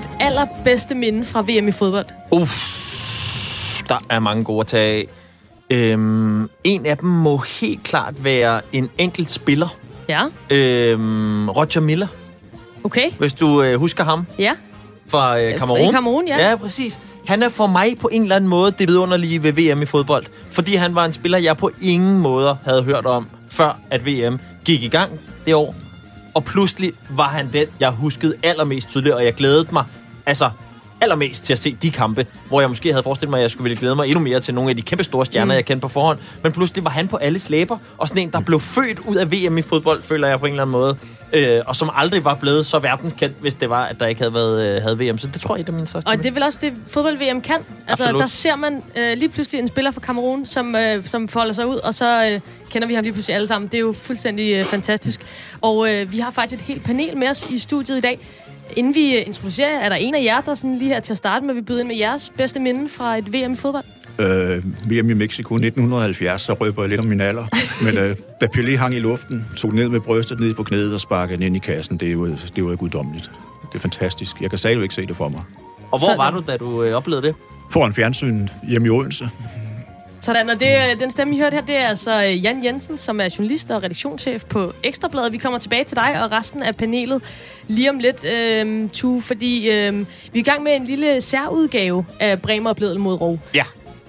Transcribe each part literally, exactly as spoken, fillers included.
dit allerbedste minde fra V M i fodbold? Uff, der er mange gode at tage af. Øhm, en af dem må helt klart være en enkelt spiller. Ja. Øhm, Roger Milla. Okay. Hvis du øh, husker ham. Ja. Fra øh, Cameroun. I Cameroun, ja. Ja, præcis. Han er for mig på en eller anden måde det vidunderlige ved V M i fodbold. Fordi han var en spiller, jeg på ingen måder havde hørt om, før at V M gik i gang det år. Og pludselig var han den, jeg huskede allermest tydeligt, og jeg glædede mig altså allermest til at se de kampe, hvor jeg måske havde forestillet mig, at jeg skulle ville glæde mig endnu mere til nogle af de kæmpe store stjerner, mm. jeg kendte på forhånd. Men pludselig var han på alle slæber, og sådan en, der blev født ud af V M i fodbold, føler jeg på en eller anden måde. Øh, og som aldrig var blevet så verdenskendt, hvis det var, at der ikke havde været øh, havde V M. Så det tror jeg, det er min største. Og det er vel også det, fodbold-V M kan. Altså, Absolut. Der ser man øh, lige pludselig en spiller fra Cameroun, som, øh, som folder sig ud, og så øh, kender vi ham lige pludselig alle sammen. Det er jo fuldstændig øh, fantastisk. Og øh, vi har faktisk et helt panel med os i studiet i dag. Inden vi introducerer, er der en af jer, der sådan lige her til at starte med, vi byder ind med jeres bedste minde fra et V M i fodbold? Øh, V M i Mexico nitten halvfjerds, så røber jeg lidt om min alder. Men øh, da Pelé hang i luften, tog ned med brystet ned på knæet og sparkede den ind i kassen, det er jo, det var guddommeligt. Det er fantastisk. Jeg kan stadigvæk ikke se det for mig. Og hvor så, var du, da du øh, oplevede det? Foran fjernsynet hjemme i Odense. Sådan, og det, den stemme, I hørte her, det er altså Jan Jensen, som er journalist og redaktionschef på Ekstra Bladet. Vi kommer tilbage til dig og resten af panelet lige om lidt, øh, Tue, fordi øh, vi er i gang med en lille særudgave af Bremer og Bledel mod Ro. Ja.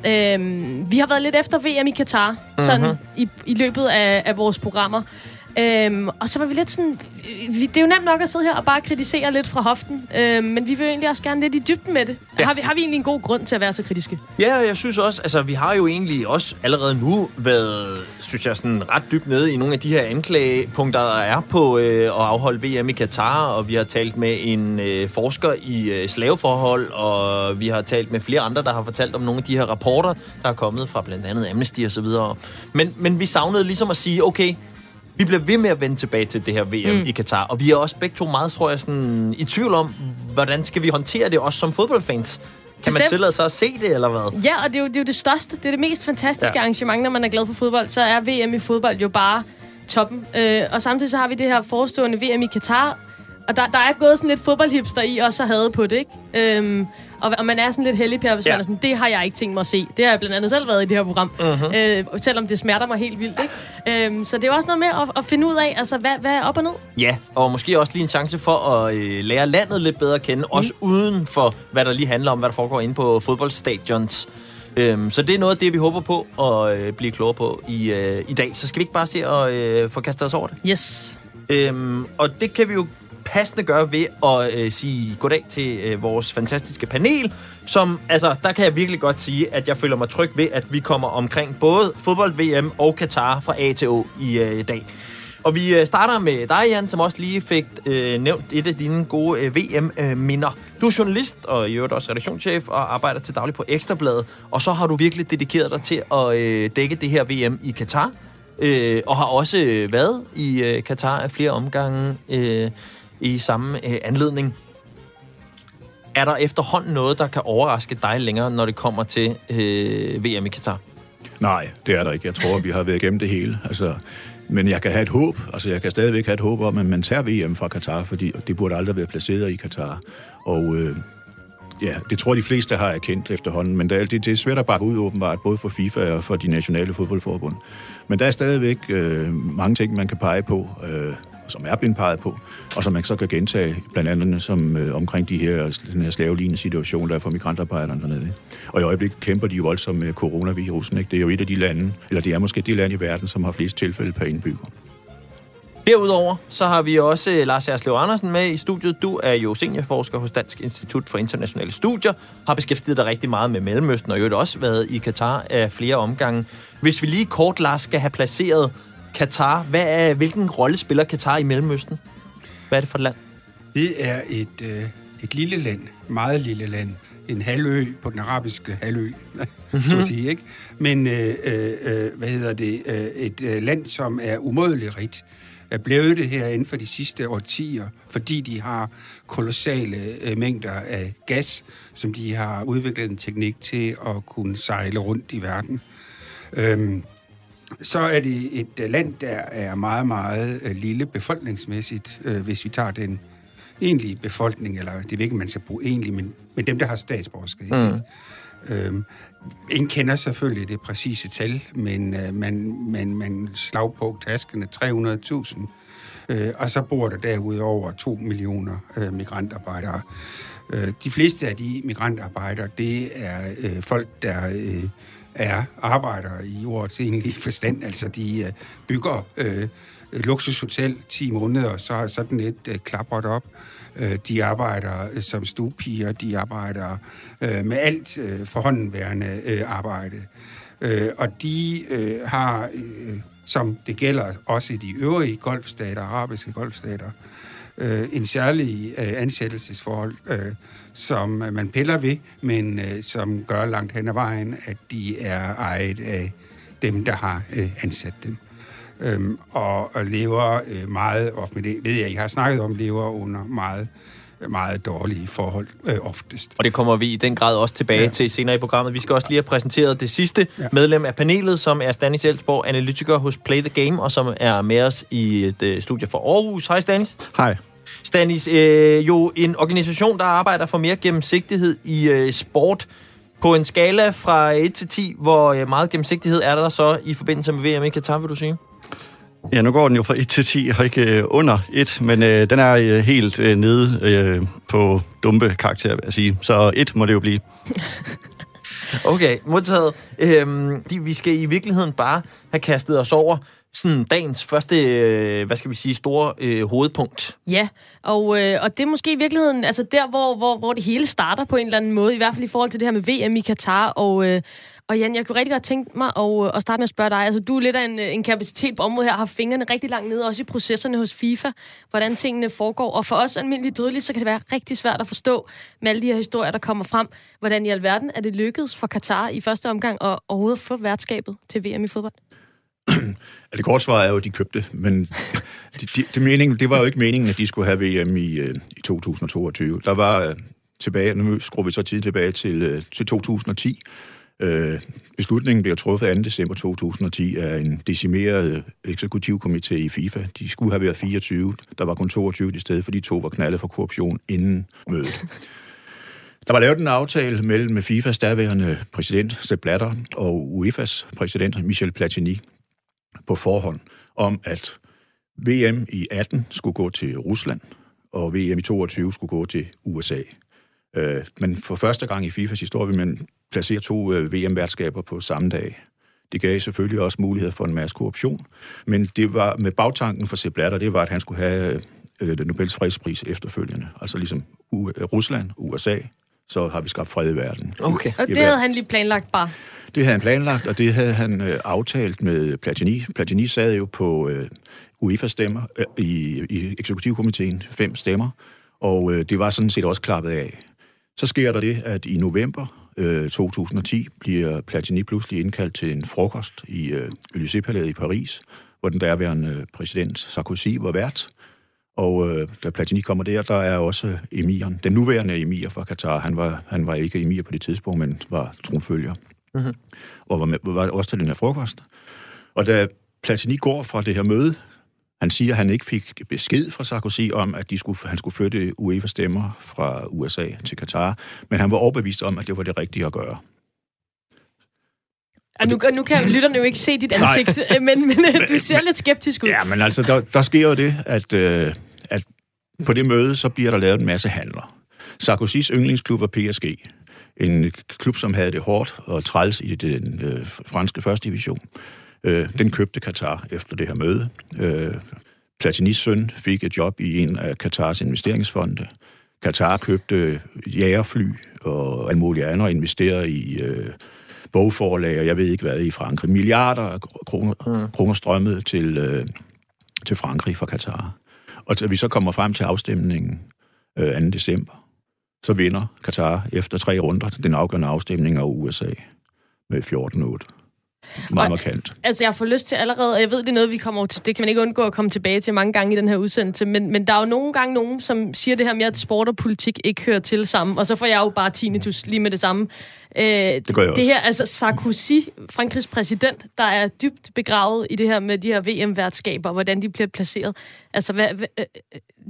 Øh, vi har været lidt efter V M i Katar, mm-hmm. sådan i, i løbet af, af vores programmer. Øhm, og så var vi lidt sådan... Vi, det er jo nemt nok at sidde her og bare kritisere lidt fra hoften, øhm, men vi vil jo egentlig også gerne lidt i dybden med det. Ja. Har, vi, har vi egentlig en god grund til at være så kritiske? Ja, jeg synes også, altså vi har jo egentlig også allerede nu været, synes jeg, sådan ret dybt nede i nogle af de her anklagepunkter, der er på øh, at afholde V M i Katar, og vi har talt med en øh, forsker i øh, slaveforhold, og vi har talt med flere andre, der har fortalt om nogle af de her rapporter, der er kommet fra blandt andet Amnesty og så videre. Men, men vi savnede ligesom at sige, okay, vi bliver ved med at vende tilbage til det her V M mm. i Katar, og vi er også begge to meget, tror jeg, sådan, i tvivl om, hvordan skal vi håndtere det, også som fodboldfans. Kan man tillade sig at se det, eller hvad? Ja, og det er jo det, er jo det største, det er det mest fantastiske ja. arrangement, når man er glad for fodbold, så er V M i fodbold jo bare toppen. Øh, og samtidig så har vi det her forestående V M i Katar, og der, der er gået sådan lidt fodboldhipster i også at have på det, ikke? Øhm, Og, og man er sådan lidt heldig, Per, hvis ja. man er sådan, det har jeg ikke tænkt mig at se. Det har jeg blandt andet selv været i det her program. Uh-huh. Øh, selvom det smerter mig helt vildt, ikke? Øhm, så det er jo også noget med at, at finde ud af, altså, hvad, hvad er op og ned? Ja, og måske også lige en chance for at øh, lære landet lidt bedre at kende. Mm. Også uden for, hvad der lige handler om, hvad der foregår inde på fodboldstadions. Øhm, så det er noget af det, vi håber på at øh, blive klogere på i, øh, i dag. Så skal vi ikke bare se at øh, få kastet os over det? Yes. Øhm, og det kan vi jo passende gøre ved at øh, sige goddag til øh, vores fantastiske panel, som, altså, der kan jeg virkelig godt sige, at jeg føler mig tryg ved, at vi kommer omkring både fodbold-V M og Katar fra A til Å i øh, dag. Og vi øh, starter med dig, Jan, som også lige fik øh, nævnt et af dine gode øh, V M-minder. Øh, du er journalist og i øvrigt også redaktionschef og arbejder til daglig på Ekstra Bladet, og så har du virkelig dedikeret dig til at øh, dække det her V M i Katar, øh, og har også øh, været i øh, Katar af flere omgange øh, i samme øh, anledning. Er der efterhånden noget, der kan overraske dig længere, når det kommer til øh, V M i Katar? Nej, det er der ikke. Jeg tror, vi har været igennem det hele. Altså, men jeg kan have et håb. Altså, jeg kan stadigvæk have et håb om, at man tager V M fra Katar, fordi det burde aldrig være placeret i Katar. Og øh, ja, det tror de fleste har erkendt efterhånden, men det er, det er svært at bakke ud åbenbart, både for FIFA og for de nationale fodboldforbund. Men der er stadigvæk øh, mange ting, man kan pege på, øh, som er blevet peget på, og som man så kan gentage, blandt andet som, øh, omkring de her, den her slavelignende situation, der er for migrantarbejderne dernede. Og i øjeblikket kæmper de jo voldsomt med coronavirusen. Ikke? Det er jo et af de lande, eller det er måske det land i verden, som har flest tilfælde per indbygger. Derudover så har vi også Lars Jerslev Andersen med i studiet. Du er jo seniorforsker hos Dansk Institut for Internationale Studier, har beskæftiget dig rigtig meget med Mellemøsten, og jo også været i Katar af flere omgange. Hvis vi lige kort, Lars, skal have placeret Katar, hvad er, hvilken rolle spiller Katar i Mellemøsten? Hvad er det for et land? Det er et, øh, et lille land, meget lille land. En halvø på den arabiske halvø, mm-hmm. så at sige, ikke? Men, øh, øh, hvad hedder det, øh, et øh, land, som er umådeligt rigt, er blevet det her inden for de sidste årtier, fordi de har kolossale øh, mængder af gas, som de har udviklet en teknik til at kunne sejle rundt i verden. Øhm, så er det et øh, land, der er meget, meget øh, lille befolkningsmæssigt, øh, hvis vi tager den egentlige befolkning, eller det er ikke, man skal bruge egentlig, men, men dem, der har statsborgerskab. Mm. Øhm, ingen kender selvfølgelig det præcise tal, men øh, man, man, man slag på taskerne tre hundrede tusind, øh, og så bor der derudover to millioner øh, migrantarbejdere. Øh, de fleste af de migrantarbejdere, det er øh, folk, der øh, er arbejdere i ordets egentlige forstand, altså de øh, bygger øh, luksushotel ti måneder, så har sådan et øh, klapret op. De arbejder som stuepiger, de arbejder øh, med alt øh, forhåndenværende øh, arbejde. Øh, og de øh, har, øh, som det gælder også i de øvrige golfstater, arabiske golfstater, øh, en særlig øh, ansættelsesforhold, øh, som man piller ved, men øh, som gør langt hen ad vejen, at de er ejet af dem, der har øh, ansat dem. Øhm, og, og lever øh, meget, og med det ved jeg, I har snakket om, lever under meget, meget dårlige forhold øh, oftest. Og det kommer vi i den grad også tilbage ja. til senere i programmet. Vi skal også lige have præsenteret det sidste ja. medlem af panelet, som er Stanis Elsborg, analytiker hos Play the Game, og som er med os i et øh, studie for Aarhus. Hej Stanis. Hej. Stanis, øh, jo en organisation, der arbejder for mere gennemsigtighed i øh, sport. På en skala fra et til ti, hvor øh, meget gennemsigtighed er der så i forbindelse med V M i Katar, vil du sige? Ja, nu går den jo fra et til ti, og ikke øh, under et, men øh, den er øh, helt øh, nede øh, på dumpe karakter, vil jeg sige. Så et må det jo blive. Okay, modtaget. Øhm, de, vi skal i virkeligheden bare have kastet os over sådan dagens første, øh, hvad skal vi sige, store øh, hovedpunkt. Ja, og, øh, og det er måske i virkeligheden altså der, hvor, hvor, hvor det hele starter på en eller anden måde, i hvert fald i forhold til det her med V M i Katar, og... Øh, Og Jan, jeg kunne rigtig godt tænke mig at, at starte med at spørge dig. Altså, du er lidt af en, en kapacitet på området her, har fingrene rigtig langt nede, også i processerne hos FIFA, hvordan tingene foregår. Og for os almindelige dødelige, så kan det være rigtig svært at forstå med alle de her historier, der kommer frem. Hvordan i alverden er det lykkedes for Katar i første omgang at overhovedet få værtskabet til V M i fodbold? Ja, det korte svar er jo, at de købte, men det, de, det, mening, det var jo ikke meningen, at de skulle have V M i, i to tusind og toogtyve. Der var tilbage, nu skruer vi så tid tilbage til, til to tusind og ti. Øh, beslutningen bliver truffet anden december to tusind og ti af en decimeret eksekutivkomité i FIFA. De skulle have været fireogtyve. Der var kun toogtyve i stedet, for de to var knaldet for korruption inden mødet. Der var lavet en aftale mellem FIFAs daværende præsident Sepp Blatter og UEFAs præsident Michel Platini på forhånd om, at V M i atten skulle gå til Rusland, og V M i toogtyve skulle gå til U S A. Øh, men for første gang i FIFAs historie vil man placere to øh, V M-værtskaber på samme dag. Det gav selvfølgelig også mulighed for en masse korruption, men det var med bagtanken for Sepp Blatter, det var, at han skulle have øh, Nobels fredspris efterfølgende. Altså ligesom U- Rusland, U S A, så har vi skabt fred i verden. Okay. Og det havde han lige planlagt bare? Det havde han planlagt, og det havde han øh, aftalt med Platini. Platini sad jo på øh, UEFA-stemmer øh, i, i eksekutivkomiteen, fem stemmer, og øh, det var sådan set også klappet af. Så sker der det, at i november øh, to tusind og ti bliver Platini pludselig indkaldt til en frokost i øh, Élysée-palæet i Paris, hvor den derværende præsident Sarkozy var vært. Og øh, da Platini kommer der, der er også emiren, den nuværende emir fra Katar. Han var, han var ikke emir på det tidspunkt, men var tronfølger. Mm-hmm. Og var, med, var også til den her frokost. Og da Platini går fra det her møde, han siger, at han ikke fik besked fra Sarkozy om, at de skulle, han skulle flytte UEFA-stemmer fra U S A til Katar, men han var overbevist om, at det var det rigtige at gøre. Og nu, nu kan lytterne jo ikke se dit ansigt, men, men du ser lidt skeptisk ud. Ja, men altså, der, der sker jo det, at, øh, at på det møde, så bliver der lavet en masse handler. Sarkozys yndlingsklub var P S G. En klub, som havde det hårdt og træls i den øh, franske første division. Øh, den købte Katar efter det her møde. Øh, Platinis søn fik et job i en af Katars investeringsfonde. Katar købte jagerfly og alt muligt andet og investerede i øh, bogforlag og jeg ved ikke hvad i Frankrig. Milliarder af kroner, kroner strømmede til, øh, til Frankrig fra Katar. Og da vi så kommer frem til afstemningen øh, anden december, så vinder Katar efter tre runder den afgørende afstemning af U S A med fjorten otte. Meget markant. Altså, jeg får lyst til allerede, og jeg ved, det er noget, vi kommer til, det kan man ikke undgå at komme tilbage til mange gange i den her udsendelse, men, men der er jo nogle gange nogen, som siger det her med, at sport og politik ikke hører til sammen, og så får jeg jo bare tinnitus lige med det samme. Øh, det gør jeg også. Det her, altså Sarkozy, Frankrigs præsident, der er dybt begravet i det her med de her V M-værtskaber, hvordan de bliver placeret. Altså, hvad, hvad,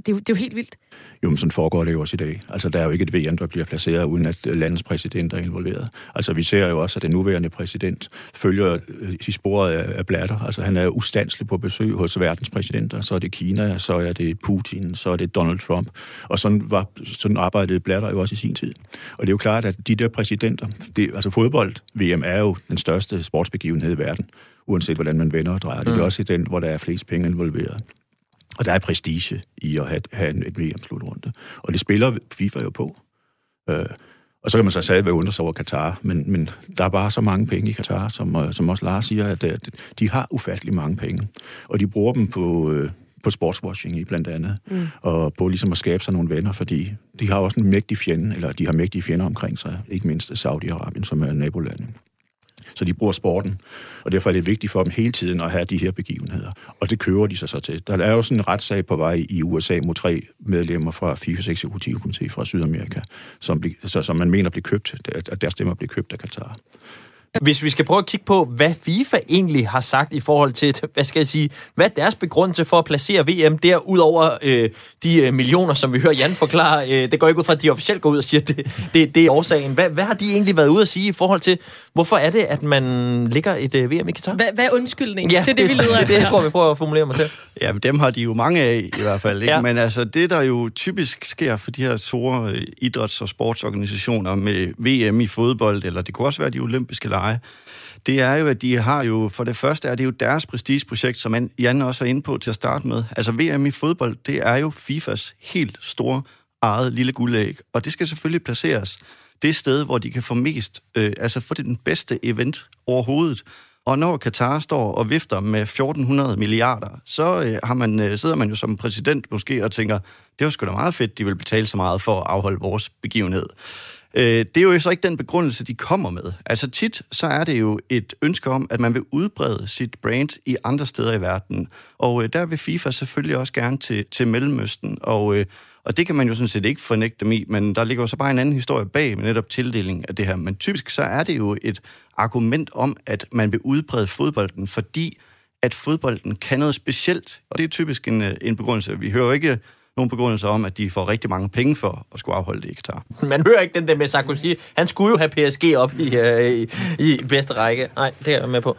det, er jo, det er jo helt vildt. Jo, men sådan foregår det jo også i dag. Altså, der er jo ikke et V M, der bliver placeret, uden at landets præsident er involveret. Altså, vi ser jo også, at den nuværende præsident følger i sporet af, af Blatter. Altså, han er ustandselig på besøg hos verdens præsidenter. Så er det Kina, så er det Putin, så er det Donald Trump. Og sådan, var, sådan arbejdede Blatter jo også i sin tid. Og det er jo klart, at de der præsidenter, det, altså fodbold-V M er jo den største sportsbegivenhed i verden, uanset hvordan man vender og drejer det. Mm. Det er også den, hvor der er flest penge involveret. Og der er prestige i at have, have en, et V M-slutrunde. Og det spiller FIFA jo på. Øh, og så kan man så sige, hvad undrer sig over Katar, men, men der er bare så mange penge i Katar, som, som også Lars siger, at, at de har ufattelig mange penge. Og de bruger dem på, øh, på sportswashing i blandt andet, mm. og på ligesom at skabe sig nogle venner, fordi de har også en mægtig fjende, eller de har mægtige fjender omkring sig, ikke mindst Saudi-Arabien, som er nabolandet. Så de bruger sporten, og derfor er det vigtigt for dem hele tiden at have de her begivenheder. Og det køber de sig så til. Der er jo sådan en retssag på vej i U S A mod tre medlemmer fra FIFAs eksekutivkomité fra Sydamerika, som, så, som man mener bliver købt, at deres stemmer bliver købt af Katar. Hvis vi skal prøve at kigge på, hvad FIFA egentlig har sagt i forhold til, hvad skal jeg sige, hvad er deres begrundelse for at placere V M der, ud over øh, de øh, millioner, som vi hører Jan forklare. Øh, det går ikke ud fra, at de officielt går ud og siger, at det, det, det er årsagen. Hvad, hvad har de egentlig været ude at sige i forhold til, hvorfor er det, at man lægger et øh, V M i Katar? Hvad, hvad er undskyldningen? Ja, det er det, vi leder af. Det, det tror vi prøver at formulere mig til. Ja, men dem har de jo mange af i hvert fald. Ikke? Ja. Men altså, det der jo typisk sker for de her store idræts- og sportsorganisationer med V M i fodbold, eller det kunne også være de olympiske lege, det er jo, at de har jo, for det første er det jo deres prestigeprojekt, som Jan også er inde på til at starte med. Altså V M i fodbold, det er jo FIFAs helt store eget lille guldæg, og det skal selvfølgelig placeres det sted, hvor de kan få mest, øh, altså få det den bedste event overhovedet. Og når Katar står og vifter med fjorten hundrede milliarder, så øh, har man, øh, sidder man jo som præsident måske og tænker, det var sgu da meget fedt, de vil betale så meget for at afholde vores begivenhed. Det er jo så ikke den begrundelse, de kommer med. Altså tit, så er det jo et ønske om, at man vil udbrede sit brand i andre steder i verden. Og der vil FIFA selvfølgelig også gerne til, til Mellemøsten. Og, og det kan man jo sådan set ikke fornægte dem i, men der ligger jo så bare en anden historie bag med netop tildeling af det her. Men typisk så er det jo et argument om, at man vil udbrede fodbolden, fordi at fodbolden kan noget specielt. Og det er typisk en, en begrundelse. Vi hører jo ikke nogle begrundelser om, at de får rigtig mange penge for at skulle afholde det i Katar. Man hører ikke den der med Sarkozy. Han skulle jo have P S G op i, øh, i, i bedste række. Nej, det er jeg med på.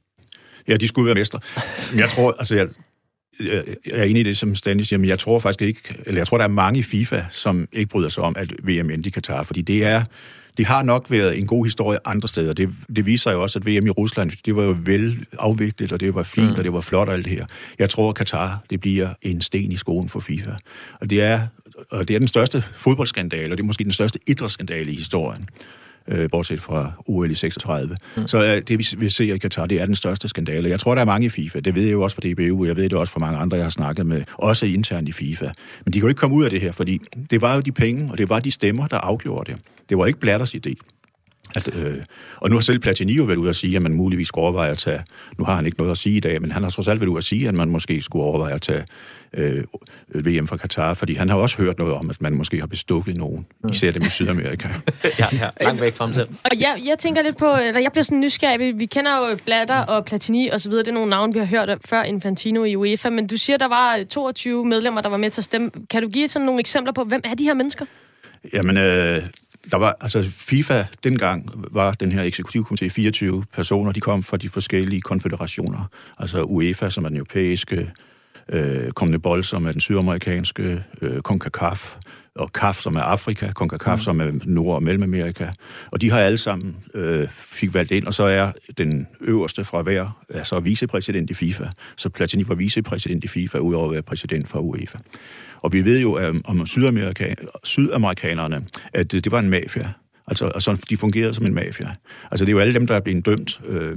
Ja, de skulle være mestre. Men jeg tror, altså jeg, jeg er enig i det, som Stanley siger, men jeg tror faktisk ikke, eller jeg tror, der er mange i FIFA, som ikke bryder sig om, at V M endte i Katar, fordi det er, det har nok været en god historie andre steder. Det, det viser jo også, at V M i Rusland, det var jo vel afviklet, og det var fint, mm. og det var flot og alt det her. Jeg tror, at Katar, det bliver en sten i skoen for FIFA. Og det er, og det er den største fodboldskandale, og det er måske den største idrætsskandale i historien, øh, bortset fra O L i seksogtredive. Mm. Så øh, det, vi, vi ser i Katar, det er den største skandale. Jeg tror, der er mange i FIFA. Det ved jeg jo også fra D B U, jeg ved det også fra mange andre, jeg har snakket med, også internt i FIFA. Men de kan jo ikke komme ud af det her, fordi det var jo de penge, og det var de stemmer, der afgjorde det. Det var ikke Blatters idé. At, øh, og nu har selv Platini jo været ude at sige, at man muligvis skulle overveje at tage, nu har han ikke noget at sige i dag, men han har trods alt været ude at sige, at man måske skulle overveje at tage øh, V M fra Katar, fordi han har også hørt noget om, at man måske har bestukket nogen, mm. især dem i Sydamerika. ja, ja, langt væk fra ham selv. Og jeg, jeg tænker lidt på, eller jeg bliver sådan nysgerrig, vi kender jo Blatter og Platini og så videre, det er nogle navne, vi har hørt før Infantino i UEFA, men du siger, der var toogtyve medlemmer, der var med til at stemme. Kan du give sådan nogle eksempler på, hvem er de her mennesker? Jamen, øh, der var, altså FIFA dengang var den her eksekutivkomité fireogtyve personer, de kom fra de forskellige konfederationer. Altså UEFA, som er den europæiske, øh, CONMEBOL, som er den sydamerikanske, øh, CONCACAF, og C A F, som er Afrika, CONCACAF, mm. som er Nord- og Mellemamerika. Og de har alle sammen øh, fik valgt ind, og så er den øverste fra hver, altså vicepræsident i FIFA. Så Platini var vicepræsident i FIFA, udover at være præsident for UEFA. Og vi ved jo um, om Sydamerika, sydamerikanerne, at det, det var en mafia. Altså, altså, de fungerede som en mafia. Altså, det er jo alle dem, der er blevet dømt øh,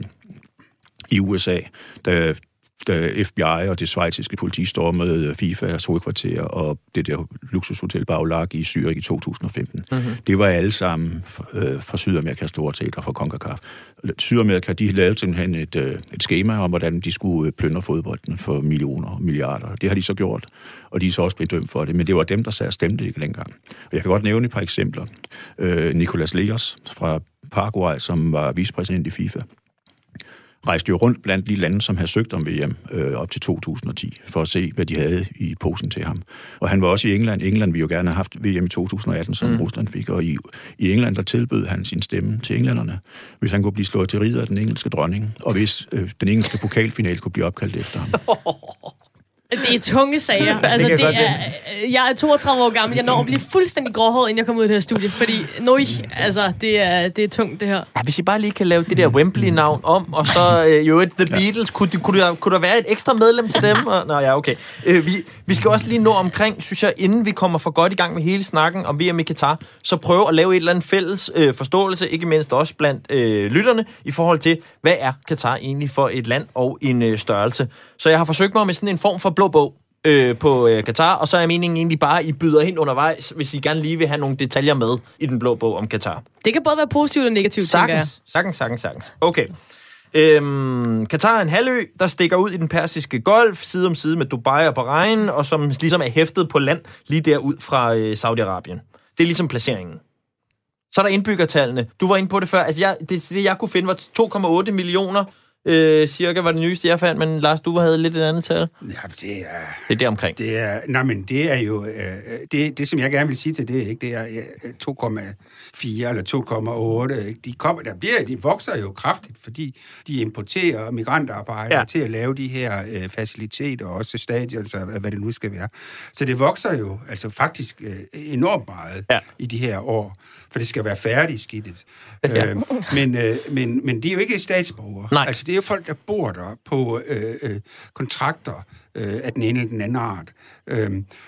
i U S A, da, da F B I og det schweiziske politi stormede FIFAs hovedkvarter og det der luksushotel Baulac i Zürich i to tusind og femten. Mm-hmm. Det var alle sammen øh, fra Sydamerika stort set og fra CONCACAF. Sydamerika, de lavede simpelthen et, øh, et skema om, hvordan de skulle plyndre fodbolden for millioner og milliarder. Det har de så gjort, og de er så også blevet dømt for det. Men det var dem, der sad og stemte ikke længere. Og jeg kan godt nævne et par eksempler. Øh, Nicolas Leos fra Paraguay, som var vicepræsident i FIFA. rejste jo rundt blandt de lande, som havde søgt om V M øh, op til to tusind og ti, for at se, hvad de havde i posen til ham. Og han var også i England. England ville jo gerne have haft V M i to tusind og atten, som mm. Rusland fik, og i, i England, der tilbød han sin stemme til englænderne, hvis han kunne blive slået til ridder af den engelske dronning, og hvis øh, den engelske pokalfinale kunne blive opkaldt efter ham. Det er tunge sager. Altså, det det er, jeg er toogtredive år gammel. Jeg når at blive fuldstændig gråhåret, inden jeg kommer ud af det her studie. Fordi, nøj, altså, det er, det er tungt, det her. Ja, hvis I bare lige kan lave det der Wembley-navn om, og så øh, jo et The Beatles, kunne, kunne, der, kunne der være et ekstra medlem til dem? Og, nå ja, okay. Øh, vi, vi skal også lige nå omkring, synes jeg, inden vi kommer for godt i gang med hele snakken om V M i Katar, så prøve at lave et eller andet fælles øh, forståelse, ikke mindst også blandt øh, lytterne, i forhold til, hvad er Katar egentlig for et land og en øh, størrelse. Så jeg har forsøgt mig med sådan en form for blå bog øh, på øh, Katar, og så er meningen egentlig bare, at I byder hen undervejs, hvis I gerne lige vil have nogle detaljer med i den blå bog om Katar. Det kan både være positivt og negativt, sagtens, tænker jeg. Sagtens, sagtens, sagtens. Okay. Øhm, Katar er en halvø, der stikker ud i den persiske golf, side om side med Dubai og Bahrain, og som ligesom er hæftet på land lige derud fra øh, Saudi-Arabien. Det er ligesom placeringen. Så er der indbyggertallene. Du var inde på det før. Altså jeg, det, det, jeg kunne finde, var to komma otte millioner. Øh, cirka var det nyeste, jeg fandt, men Lars, du havde lidt et andet tal. Ja, det er... Det er der omkring. Det er, nej, men det er jo... Øh, det, det, som jeg gerne vil sige til det, ikke, det er øh, to komma fire eller to komma otte. De, kommer, der bliver, de vokser jo kraftigt, fordi de importerer migrantarbejdere ja. til at lave de her øh, faciliteter, og også stadions, og hvad det nu skal være. Så det vokser jo altså faktisk øh, enormt meget ja. i de her år, for det skal være færdigskidtet. Ja. Øh, men, øh, men, men de er jo ikke statsborgere. Nej. Altså, det er jo folk, der bor der på øh, øh, kontrakter øh, af den ene eller den anden art. Øh,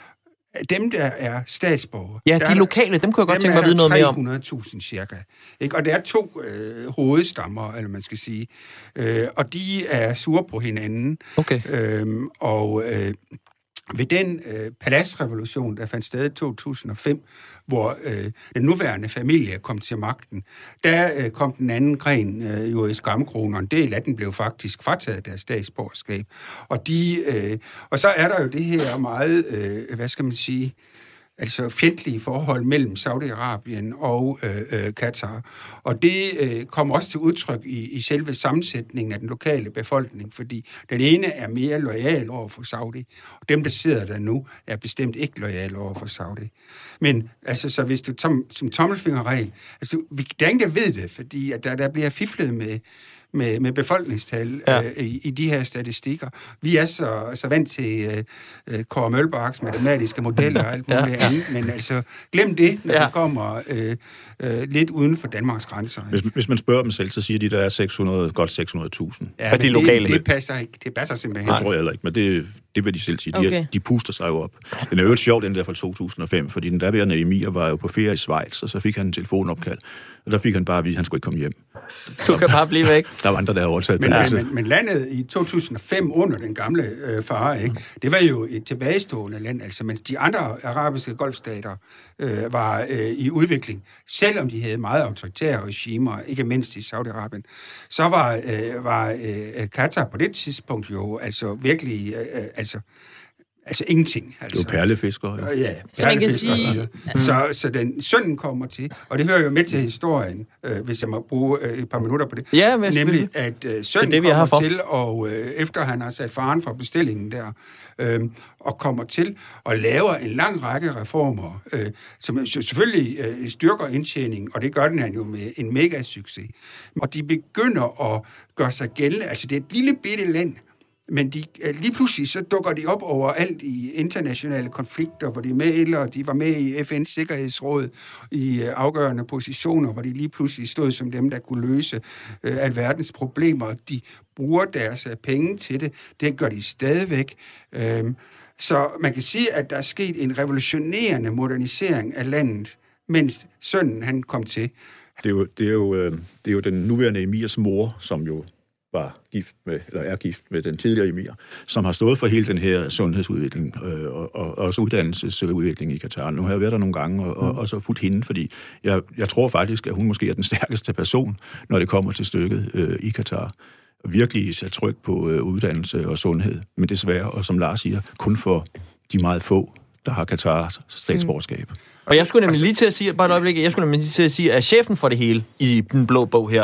dem, der er statsborgere... Ja, de lokale, dem kunne jeg godt tænke mig at vide noget mere om. tre hundrede tusind cirka. Ikke? Og der er to øh, hovedstammer, eller man skal sige. Øh, og de er sure på hinanden. Okay. Øh, og... Øh, Ved den øh, paladsrevolution, der fandt sted i to tusind og fem, hvor øh, den nuværende familie kom til magten, der øh, kom den anden gren øh, jo i skamkroner. En del af den blev faktisk frataget deres statsborgerskab. Og, de, øh, og så er der jo det her meget, øh, hvad skal man sige, altså fjendtlige forhold mellem Saudi-Arabien og øh, øh, Katar. Og det øh, kommer også til udtryk i, i selve sammensætningen af den lokale befolkning, fordi den ene er mere loyal over for Saudi, og dem, der sidder der nu, er bestemt ikke loyale over for Saudi. Men altså, så hvis du tom, som tommelfingerregel, altså, vi, der er ingen, der ved det, fordi at der, der bliver fiflet med med, med befolkningstal ja. øh, i, i de her statistikker. Vi er så, så vant til øh, Kåre Mølbaks matematiske modeller og alt muligt ja. andet, men altså glem det, når ja. det kommer øh, øh, lidt uden for Danmarks grænser. Hvis, hvis man spørger dem selv, så siger de, der er seks hundrede, godt seks hundrede tusind. Ja, men de lokale. Det, det, passer ikke. Det passer simpelthen. Nej, det tror jeg heller ikke, men det, det vil de selv sige. De, okay. er, de puster sig jo op. Den er jo sjovt, den der fra to tusind og fem, fordi den derværende Emir var jo på ferie i Schweiz, og så fik han en telefonopkald, og der fik han bare at vide, at han skulle ikke komme hjem. Du kan bare blive væk. Der var andre, der havde overtaget men, men, men, men landet i to tusind og fem under den gamle øh, far, ikke? Det var jo et tilbagestående land, altså, mens de andre arabiske golfstater øh, var øh, i udvikling, selvom de havde meget autoritære regimer, ikke mindst i Saudi-Arabien, så var, øh, var øh, Katar på det tidspunkt jo altså virkelig, øh, altså Altså ingenting. Altså. Det er jo perlefiskere. Ja, så man kan sige... Så, så den sønnen kommer til, og det hører jo med til historien, øh, hvis jeg må bruge øh, et par minutter på det. Ja, men nemlig, at øh, sønnen det, det, kommer til, og øh, efter han har sat faren for bestillingen der, øh, og kommer til og laver en lang række reformer, øh, som selvfølgelig øh, styrker indtjeningen, og det gør den han jo med en mega succes. Og de begynder at gøre sig gældende. Altså det er et lille bitte land, men de, lige pludselig så dukker de op overalt i internationale konflikter, hvor de er med, eller de var med i F N's Sikkerhedsråd i afgørende positioner, hvor de lige pludselig stod som dem, der kunne løse øh, alverdens problemer. De bruger deres penge til det. Det gør de stadigvæk. Øhm, så man kan sige, at der er sket en revolutionerende modernisering af landet, mens sønnen han kom til. Det er jo, det er jo, det er jo den nuværende emirs mor, som jo var gift med, eller er gift med den tidligere emir, som har stået for hele den her sundhedsudvikling øh, og, og også uddannelsesudvikling i Katar. Nu har jeg været der nogle gange og, og, og så fulgt hende, fordi jeg, jeg tror faktisk, at hun måske er den stærkeste person, når det kommer til stykket øh, i Katar. Virkelig sat tryk på øh, uddannelse og sundhed, men desværre, og som Lars siger, kun for de meget få, der har Katars statsborgerskab. Mm. Og jeg skulle nemlig lige til at sige, bare et øjeblik, jeg skulle nemlig lige til at sige, at chefen for det hele i den blå bog her,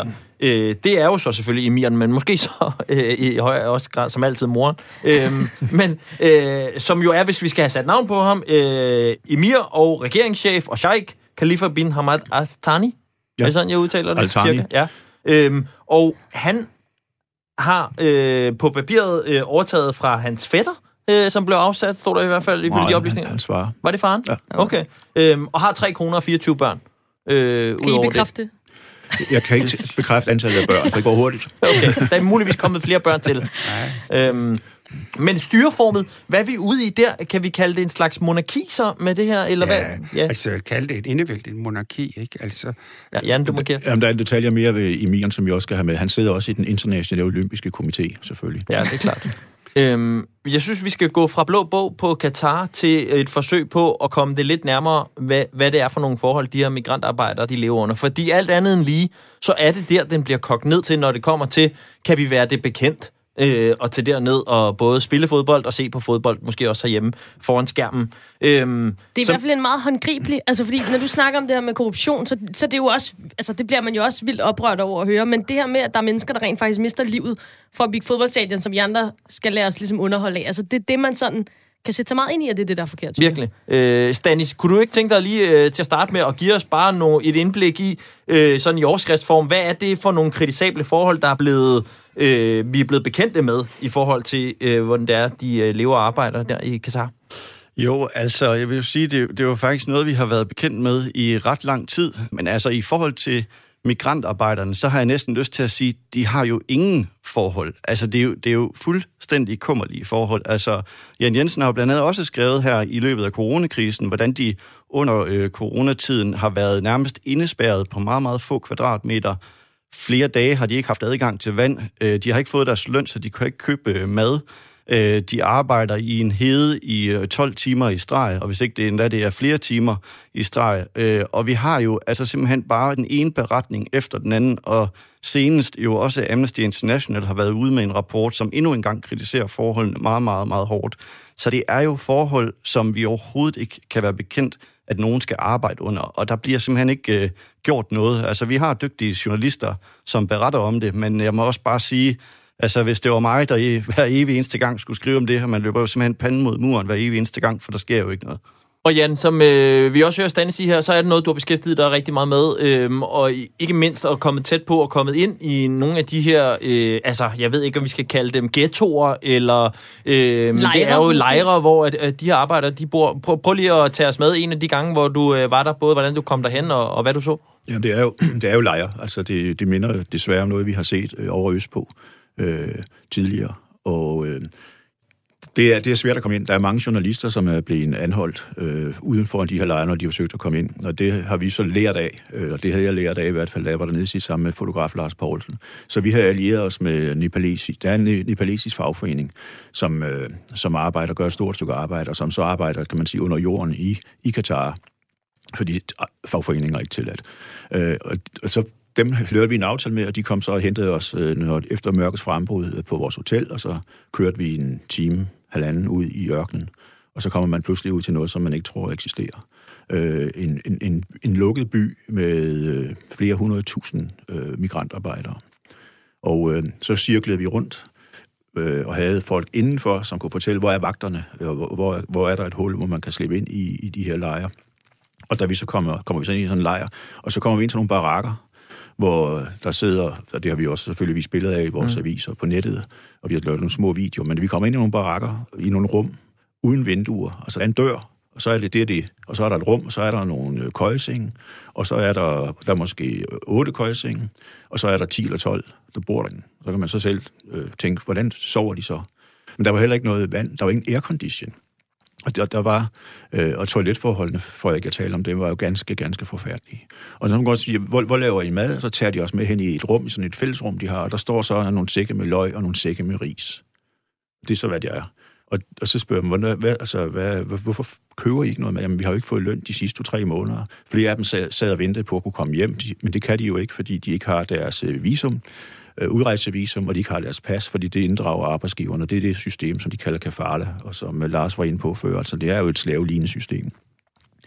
øh, det er jo så selvfølgelig emiren, men måske så øh, i højere også grad som altid moren. Øh, men øh, som jo er, hvis vi skal have sat navn på ham, øh, emir og regeringschef og sheikh Khalifa bin Hamad Al Thani. Ja. Er det sådan, jeg udtaler det? Al Thani. Ja. Øh, og han har øh, på papiret øh, overtaget fra hans fætter, øh, som blev afsat, stod der i hvert fald ifølge Nej, de oplysninger. Han svarer. Var det faren? Ja. Okay. Øhm, og har tre koner og fireogtyve børn. Øh, kan I bekræfte? Jeg kan ikke bekræfte antallet af børn, for det går hurtigt. Okay, der er muligvis kommet flere børn til. øhm, men styreformet, hvad er vi ude i der? Kan vi kalde det en slags monarki så med det her? Eller ja, hvad? Ja, altså kalde det et indevældigt monarki, ikke? Altså, ja, Jan, du markerer. Jamen, der er en detalje mere ved emiren, som vi også skal have med. Han sidder også i den internationale olympiske komité, selvfølgelig. Ja, det er klart. øhm, jeg synes, vi skal gå fra blå bog på Katar til et forsøg på at komme det lidt nærmere, hvad, hvad det er for nogle forhold, de her migrantarbejdere, de lever under. Fordi alt andet end lige, så er det der, den bliver kogt ned til, når det kommer til, kan vi være det bekendt? Øh, og til derned og både spille fodbold og se på fodbold, måske også herhjemme foran skærmen. Øhm, det er som... i hvert fald en meget håndgribelig, altså fordi når du snakker om det her med korruption, så, så det er jo også, altså det bliver man jo også vildt oprørt over at høre, men det her med, at der er mennesker, der rent faktisk mister livet for at bygge fodboldstadion, som vi andre skal lade os ligesom underholde af, altså det er det, man sådan kan sætte sig meget ind i, at det er det, der er forkert. Virkelig. Øh, Stanis, kunne du ikke tænke dig lige øh, til at starte med at give os bare no, et indblik i, øh, sådan i overskriftsform, hvad er det for nogle kritisable forhold, der er blevet, øh, vi er blevet bekendte med i forhold til, øh, hvordan det er, de øh, lever og arbejder der i Katar? Jo, altså, jeg vil jo sige, det, det var faktisk noget, vi har været bekendt med i ret lang tid. Men altså, i forhold til migrantarbejderne, så har jeg næsten lyst til at sige, de har jo ingen forhold. Altså, det er jo, det er jo fuldstændig kummerlige forhold. Altså, Jan Jensen har jo blandt andet også skrevet her i løbet af coronakrisen, hvordan de under øh, coronatiden har været nærmest indespærret på meget, meget få kvadratmeter. Flere dage har de ikke haft adgang til vand. Øh, de har ikke fået deres løn, så de kan ikke købe øh, mad. De arbejder i en hede i tolv timer i streg, og hvis ikke det endda det er flere timer i streg. Og vi har jo altså simpelthen bare den ene beretning efter den anden, og senest jo også Amnesty International har været ude med en rapport, som endnu engang kritiserer forholdene meget, meget, meget hårdt. Så det er jo forhold, som vi overhovedet ikke kan være bekendt, at nogen skal arbejde under, og der bliver simpelthen ikke øh, gjort noget. Altså, vi har dygtige journalister, som beretter om det, men jeg må også bare sige, altså, hvis det var mig, der hver evig eneste gang skulle skrive om det her, man løber jo simpelthen panden mod muren hver evig eneste gang, for der sker jo ikke noget. Og Jan, som øh, vi også hører Stanley sige her, så er det noget, du har beskæftiget dig rigtig meget med, øh, og ikke mindst at komme tæt på og kommet ind i nogle af de her, øh, altså, jeg ved ikke, om vi skal kalde dem ghettoer, eller øh, det er jo lejre, hvor at, at de her arbejdere, de bor. Prøv, prøv lige at tage os med en af de gange, hvor du øh, var der, både hvordan du kom derhen, og, og hvad du så. Jamen, det er jo, det er jo lejre. Altså, det, det minder desværre om noget, vi har set øh, over Østpå øh, tidligere, og øh, Det er, det er svært at komme ind. Der er mange journalister, som er blevet anholdt øh, uden for de her lejre, når de har forsøgt at komme ind. Og det har vi så lært af, øh, og det havde jeg lært af i hvert fald, da jeg var dernede sidst sammen med fotograf Lars Poulsen. Så vi har allieret os med nepalesisk. Der er en nepalesisk fagforening, som, øh, som arbejder, gør et stort stykke arbejde, og som så arbejder, kan man sige, under jorden i, i Katar, fordi fagforeninger er ikke tilladt. Øh, og, og så dem hørte vi en aftale med, og de kom så og hentede os øh, når, efter mørkets frembrud på vores hotel, og så kørte vi en time, halvanden ud i ørkenen, og så kommer man pludselig ud til noget, som man ikke tror eksisterer. Øh, en, en, en, en lukket by med øh, flere hundrede tusind øh, migrantarbejdere. Og øh, så cirklede vi rundt øh, og havde folk indenfor, som kunne fortælle, hvor er vagterne, og hvor, hvor, hvor er der et hul, hvor man kan slippe ind i, i de her lejre. Og da vi så kommer, kommer vi så ind i sådan en lejr, og så kommer vi ind til nogle barakker, hvor der sidder, og det har vi også selvfølgelig vist billeder af i vores mm. aviser på nettet, og vi har lavet nogle små videoer, men vi kommer ind i nogle barakker, i nogle rum, uden vinduer, altså der er en dør, og så er det det, det, og så er der et rum, og så er der nogle køjesenge, og så er der, der er måske otte køjesenge, og så er der ti eller tolv, der bor derinde. Så kan man så selv øh, tænke, hvordan sover de så? Men der var heller ikke noget vand, der var ingen aircondition. Og der, der var, øh, og toiletforholdene, for jeg ikke at tale om det, var jo ganske, ganske forfærdelige. Og så kan man godt sige, hvor, hvor laver I mad? Så tager de også med hen i et rum, i sådan et fællesrum, de har, og der står så nogle sække med løg og nogle sække med ris. Det er så, hvad det er. Og, og så spørger man, hvad, hvad, altså, hvad, hvorfor køber I ikke noget med? Jamen, vi har jo ikke fået løn de sidste to-tre måneder. Flere af dem sad, sad og ventede på at kunne komme hjem, de, men det kan de jo ikke, fordi de ikke har deres øh, visum, øh, udrejsevisum, og de ikke har deres pas, fordi det inddrager arbejdsgiverne. Det er det system, som de kalder kafala, og som Lars var inde på før. Altså, det er jo et slavelignende system.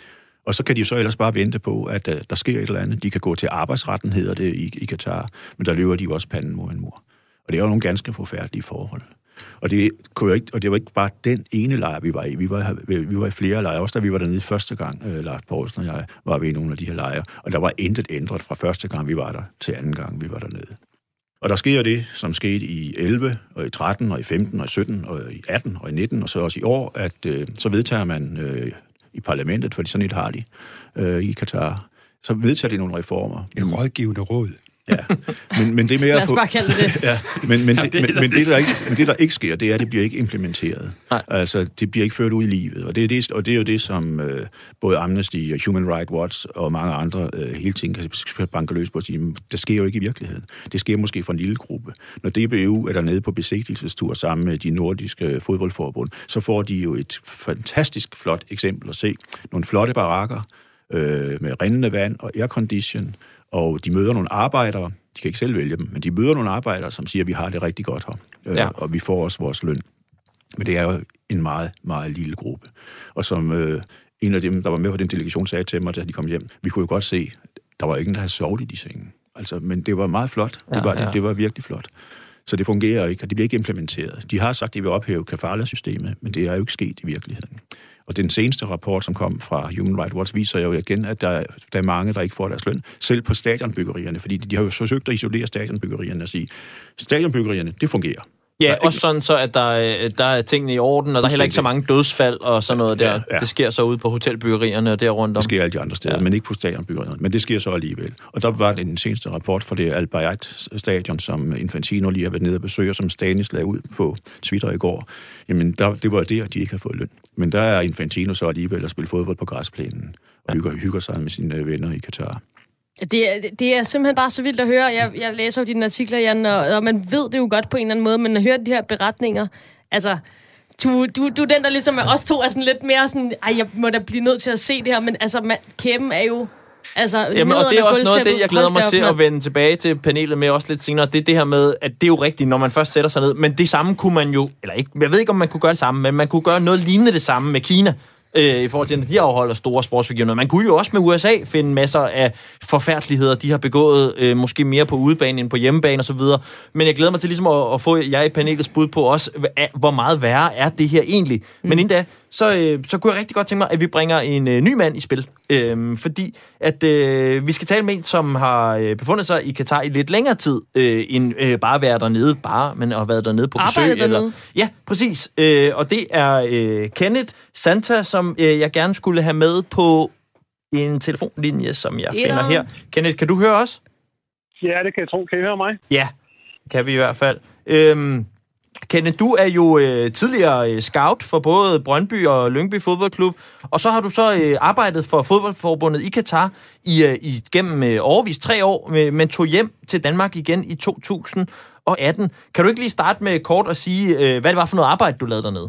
Og så kan de så ellers bare vente på, at uh, der sker et eller andet. De kan gå til arbejdsretten, hedder det i, i Katar, men der løber de jo også panden mod en mur. Og det er jo nogle ganske forfærdelige forhold. Og det, kunne ikke, og det var ikke bare den ene lejr, vi var i. Vi var, vi var i flere lejre. Også da vi var dernede første gang, uh, Lars Poulsen og jeg, var vi i nogle af de her lejre. Og der var intet ændret fra første gang, vi var der, til anden gang, vi var dernede. Og der sker det, som skete i elleve, og i tretten, og i femten, og i sytten, og i atten, og i nitten, og så også i år, at uh, så vedtager man uh, i parlamentet, fordi sådan et har de uh, i Katar, så vedtager de nogle reformer. Et rådgivende råd. Ja, men, men det er mere... Lad os bare kalde det. Ja, men, men, det, men, men, det, der ikke, men det, der ikke sker, det er, at det bliver ikke implementeret. Nej. Altså, det bliver ikke ført ud i livet. Og det er, det, og det er jo det, som øh, både Amnesty og Human Rights Watch og mange andre øh, hele tiden kan banke løs på at sige, det sker jo ikke i virkeligheden. Det sker måske for en lille gruppe. Når D B U er dernede på besigtigelsestur sammen med de nordiske fodboldforbund, så får de jo et fantastisk flot eksempel at se. Nogle flotte barakker øh, med rindende vand og aircondition. Og de møder nogle arbejdere, de kan ikke selv vælge dem, men de møder nogle arbejdere, som siger, at vi har det rigtig godt her, øh, ja. Og vi får også vores løn. Men det er jo en meget, meget lille gruppe. Og som øh, en af dem, der var med på den delegation, sagde til mig, da de kom hjem, vi kunne jo godt se, der var ingen, der havde sovet i de senge. Altså, men det var meget flot. Det var, ja, ja. det var virkelig flot. Så det fungerer ikke, og det bliver ikke implementeret. De har sagt, at de vil ophæve kafala-systemet, men det er jo ikke sket i virkeligheden. Og den seneste rapport, som kom fra Human Rights Watch, viser jo igen, at der er, der er mange, der ikke får deres løn, selv på stadionbyggerierne, fordi de har jo forsøgt at isolere stadionbyggerierne og sige, stadionbyggerierne, det fungerer. Ja, ikke... også sådan så, at der, der er tingene i orden, og der er heller ikke så mange dødsfald og sådan noget der. Ja, ja. Det sker så ude på hotelbyggerierne og der rundt om. Det sker alle de andre steder, ja. Men ikke på stadionbyggerierne. Men det sker så alligevel. Og der var den seneste rapport fra det Al Bayat-stadion, som Infantino lige har været nede og besøger, som Stanis lagde ud på Twitter i går. Jamen, der, det var det, at de ikke har fået løn. Men der er Infantino så alligevel at spille fodbold på græsplænen og hygger, hygger sig med sine venner i Katar. Det er, det er simpelthen bare så vildt at høre. Jeg, jeg læser jo dine artikler, Jan, og, og man ved det jo godt på en eller anden måde, men at høre de her beretninger, altså, du, du, du er den, der ligesom er os to er sådan lidt mere sådan, ej, jeg må da blive nødt til at se det her, men altså, man, kæben er jo... Altså, Jamen, og det er også noget af det, jeg glæder mig til at vende tilbage til panelet med også lidt senere. Det er det her med, at det er jo rigtigt, når man først sætter sig ned. Men det samme kunne man jo, eller ikke, jeg ved ikke, om man kunne gøre det samme, men man kunne gøre noget lignende det samme med Kina. Øh, i forhold til, at de afholder store sportsbegivenheder. Man kunne jo også med U S A finde masser af forfærdeligheder, de har begået, øh, måske mere på udebane end på hjemmebane osv. Men jeg glæder mig til ligesom at, at få jer i panelets bud på også, hvor meget værre er det her egentlig. Mm. Men inden da, så, øh, så kunne jeg rigtig godt tænke mig, at vi bringer en øh, ny mand i spil. Øh, fordi at øh, vi skal tale med en, som har øh, befundet sig i Katar i lidt længere tid, øh, end øh, bare at være dernede, bare, men har været dernede på besøg. Arbejdet eller dernede. Ja, præcis. Øh, og det er øh, Kenneth Santa, som øh, jeg gerne skulle have med på en telefonlinje, som jeg ja. finder her. Kenneth, kan du høre os? Ja, det kan jeg tro. Kan I høre mig? Ja, kan vi i hvert fald. Øhm, Kenneth, du er jo øh, tidligere øh, scout for både Brøndby og Lyngby Fodboldklub, og så har du så øh, arbejdet for fodboldforbundet i Katar i, øh, i gennem øh, overvis tre år, øh, men tog hjem til Danmark igen i to tusind og atten. Kan du ikke lige starte med kort at sige, øh, hvad det var for noget arbejde, du lavede dernede?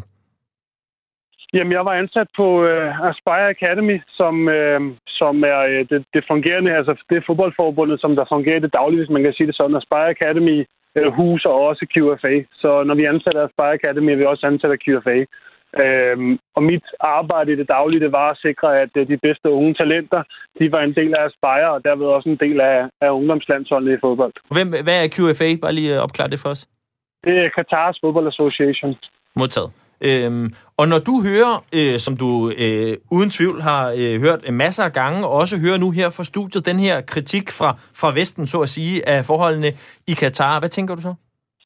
Jamen, jeg var ansat på øh, Aspire Academy, som, øh, som er øh, det, det fungerende, altså det fodboldforbundet, som der fungerer det dagligt, hvis man kan sige det sådan. Aspire Academy øh, huser også Q F A, så når vi ansætter Aspire Academy, er vi også ansætter Q F A. Øhm, og mit arbejde i det daglige, det var at sikre, at øh, de bedste unge talenter, de var en del af Aspire, og derved også en del af, af ungdomslandsholdet i fodbold. Hvem, hvad er Q F A? Bare lige opklare det for os. Det er Qatars Football Association. Modtaget. Øhm, og når du hører, øh, som du øh, uden tvivl har øh, hørt masser af gange, og også hører nu her fra studiet, den her kritik fra, fra Vesten, så at sige, af forholdene i Katar, hvad tænker du så?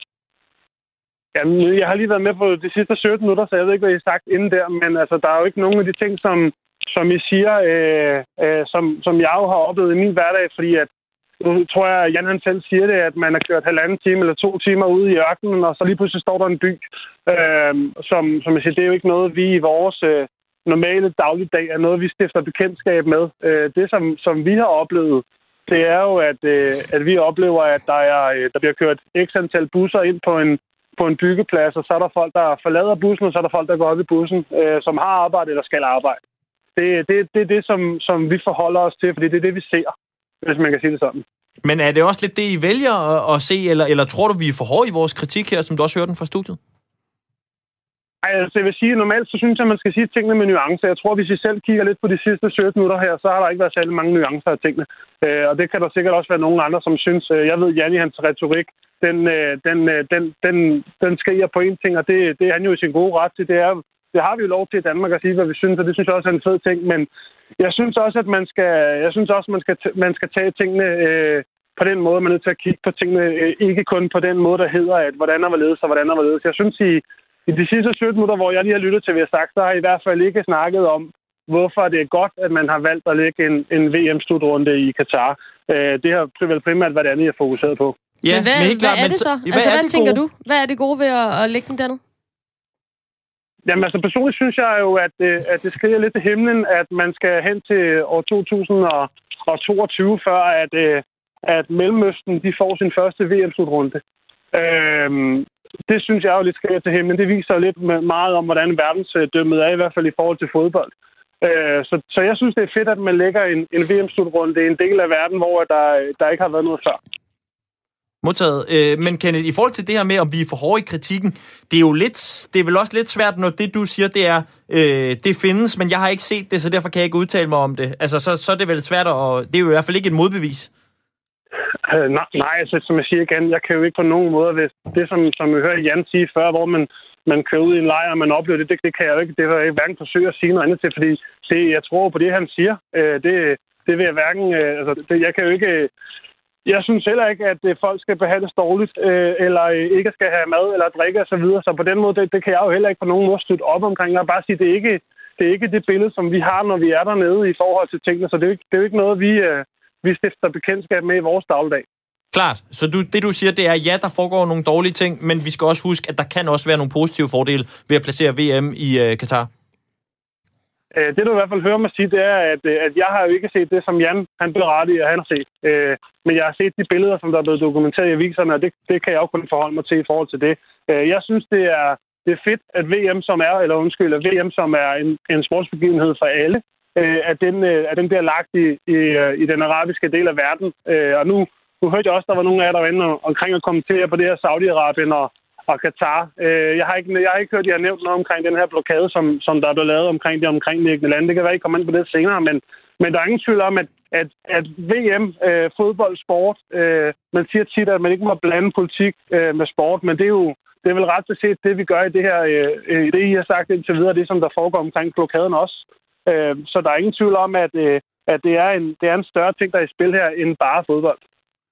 Jamen, jeg har lige været med på de sidste sytten minutter, så jeg ved ikke, hvad I har sagt inden der, men altså, der er jo ikke nogen af de ting, som, som I siger, øh, øh, som, som jeg jo har oplevet i min hverdag, fordi at nu tror jeg, at Jan han selv siger det, at man har kørt halvanden time eller to timer ude i ørkenen, og så lige pludselig står der en by. Øh, som, som jeg siger, det er jo ikke noget, vi i vores øh, normale dagligdag er noget, vi stifter bekendtskab med. Øh, det, som, som vi har oplevet, det er jo, at, øh, at vi oplever, at der, er, øh, der bliver kørt x antal busser ind på en, på en byggeplads, og så er der folk, der forlader bussen, og så er der folk, der går op i bussen, øh, som har arbejde eller skal arbejde. Det er det, det, det som, som vi forholder os til, fordi det er det, vi ser, hvis man kan sige det sådan. Men er det også lidt det, I vælger at, at se, eller, eller tror du, vi er for hårde i vores kritik her, som du også hørte den fra studiet? Ej, altså jeg vil sige, normalt så synes jeg, at man skal sige tingene med nuancer. Jeg tror, hvis vi selv kigger lidt på de sidste sytten minutter her, så har der ikke været særlig mange nuancer af tingene. Øh, og det kan der sikkert også være nogen andre, som synes. Øh, jeg ved, Janni, hans retorik, den, øh, den, øh, den, den, den skriger på en ting, og det, det er han jo i sin gode ret til. Det, er, det har vi jo lov til i Danmark at sige, hvad vi synes, og det synes jeg også er en fed ting. Men jeg synes også, at man skal, jeg synes også, man skal, man skal tage tingene øh, på den måde, man er nødt til at kigge på tingene, øh, ikke kun på den måde, der hedder, at hvordan er hvorledes og hvordan er hvorledes. Jeg synes, i I de sidste sytten minutter, hvor jeg lige har lyttet til, hvad jeg sagt, så har jeg i hvert fald ikke snakket om, hvorfor det er godt, at man har valgt at lægge en, en V M-slutrunde i Katar. Øh, det har vel primært været det andet, jeg er fokuseret på. Ja, men hvad, men hvad er det så? Hvad, altså, hvad tænker gode? du? Hvad er det gode ved at, at lægge den dernede? Jamen altså, personligt synes jeg jo, at, at det skriger lidt til himlen, at man skal hen til år to tusind toogtyve, før at, at Mellemøsten de får sin første V M-slutrunde. Øhm, Det synes jeg jo lidt skriger til himlen. Det viser lidt meget om, hvordan verdensdømmet er, i hvert fald i forhold til fodbold. Så, så jeg synes, det er fedt, at man lægger en, en V M-slutrunde. Det er en del af verden, hvor der, der ikke har været noget før. Modtaget. Men Kenneth, i forhold til det her med, om vi er for hårde i kritikken, det er jo lidt, det er vel også lidt svært, når det, du siger, det er, øh, det findes, men jeg har ikke set det, så derfor kan jeg ikke udtale mig om det. Altså, så, så er det vel svært, og det er jo i hvert fald ikke et modbevis. Øh, nej, nej, altså, som jeg siger igen, jeg kan jo ikke på nogen måde, hvis det, som, som jeg hørte Jan sige før, hvor man, man kører ud i en lejr, og man oplever det, det, det kan jeg jo ikke, det vil jeg hverken forsøge at sige noget andet til, fordi det, jeg tror på det, han siger, øh, det, det vil jeg hverken, øh, altså, det, jeg kan jo ikke, øh, jeg synes heller ikke, at øh, folk skal behandles dårligt, øh, eller øh, ikke skal have mad eller drikke og så videre, så på den måde, det, det kan jeg jo heller ikke på nogen måde støtte op omkring, og bare sige, det er ikke, det er ikke det billede, som vi har, når vi er dernede i forhold til tingene, så det er jo ikke, det er jo ikke noget, vi, øh, vi stifter bekendtskab med i vores dagligdag. Klart. Så du, det du siger, det er, ja, der foregår nogle dårlige ting, men vi skal også huske, at der kan også være nogle positive fordele ved at placere V M i uh, Katar. Det du i hvert fald hører mig sige, det er, at, at jeg har jo ikke set det, som Jan han berettiger, han har set. Men jeg har set de billeder, som der er blevet dokumenteret i aviserne, og det, det kan jeg jo kun forholde mig til i forhold til det. Jeg synes, det er, det er fedt, at V M, som er, eller undskyld, at V M, som er en, en sportsbegivenhed for alle, at den, at den bliver lagt i, i, i den arabiske del af verden. Og nu Nu hørte jeg også, der var nogle af jer, der var inde omkring at kommentere på det her Saudi-Arabien og, og Katar. Jeg har, ikke, jeg har ikke hørt, at I har nævnt noget omkring den her blokade, som, som der er blevet lavet omkring de omkringliggende lande. Det kan være, I kommer ind på det senere, men, men der er ingen tvivl om, at, at, at V M, øh, fodbold, sport, øh, man siger tit, at man ikke må blande politik øh, med sport, men det er jo det er vel ret til set det, vi gør i det her, øh, det I har sagt indtil videre, det som der foregår omkring blokaden også. Øh, så der er ingen tvivl om, at, øh, at det, er en, det er en større ting, der er i spil her, end bare fodbold.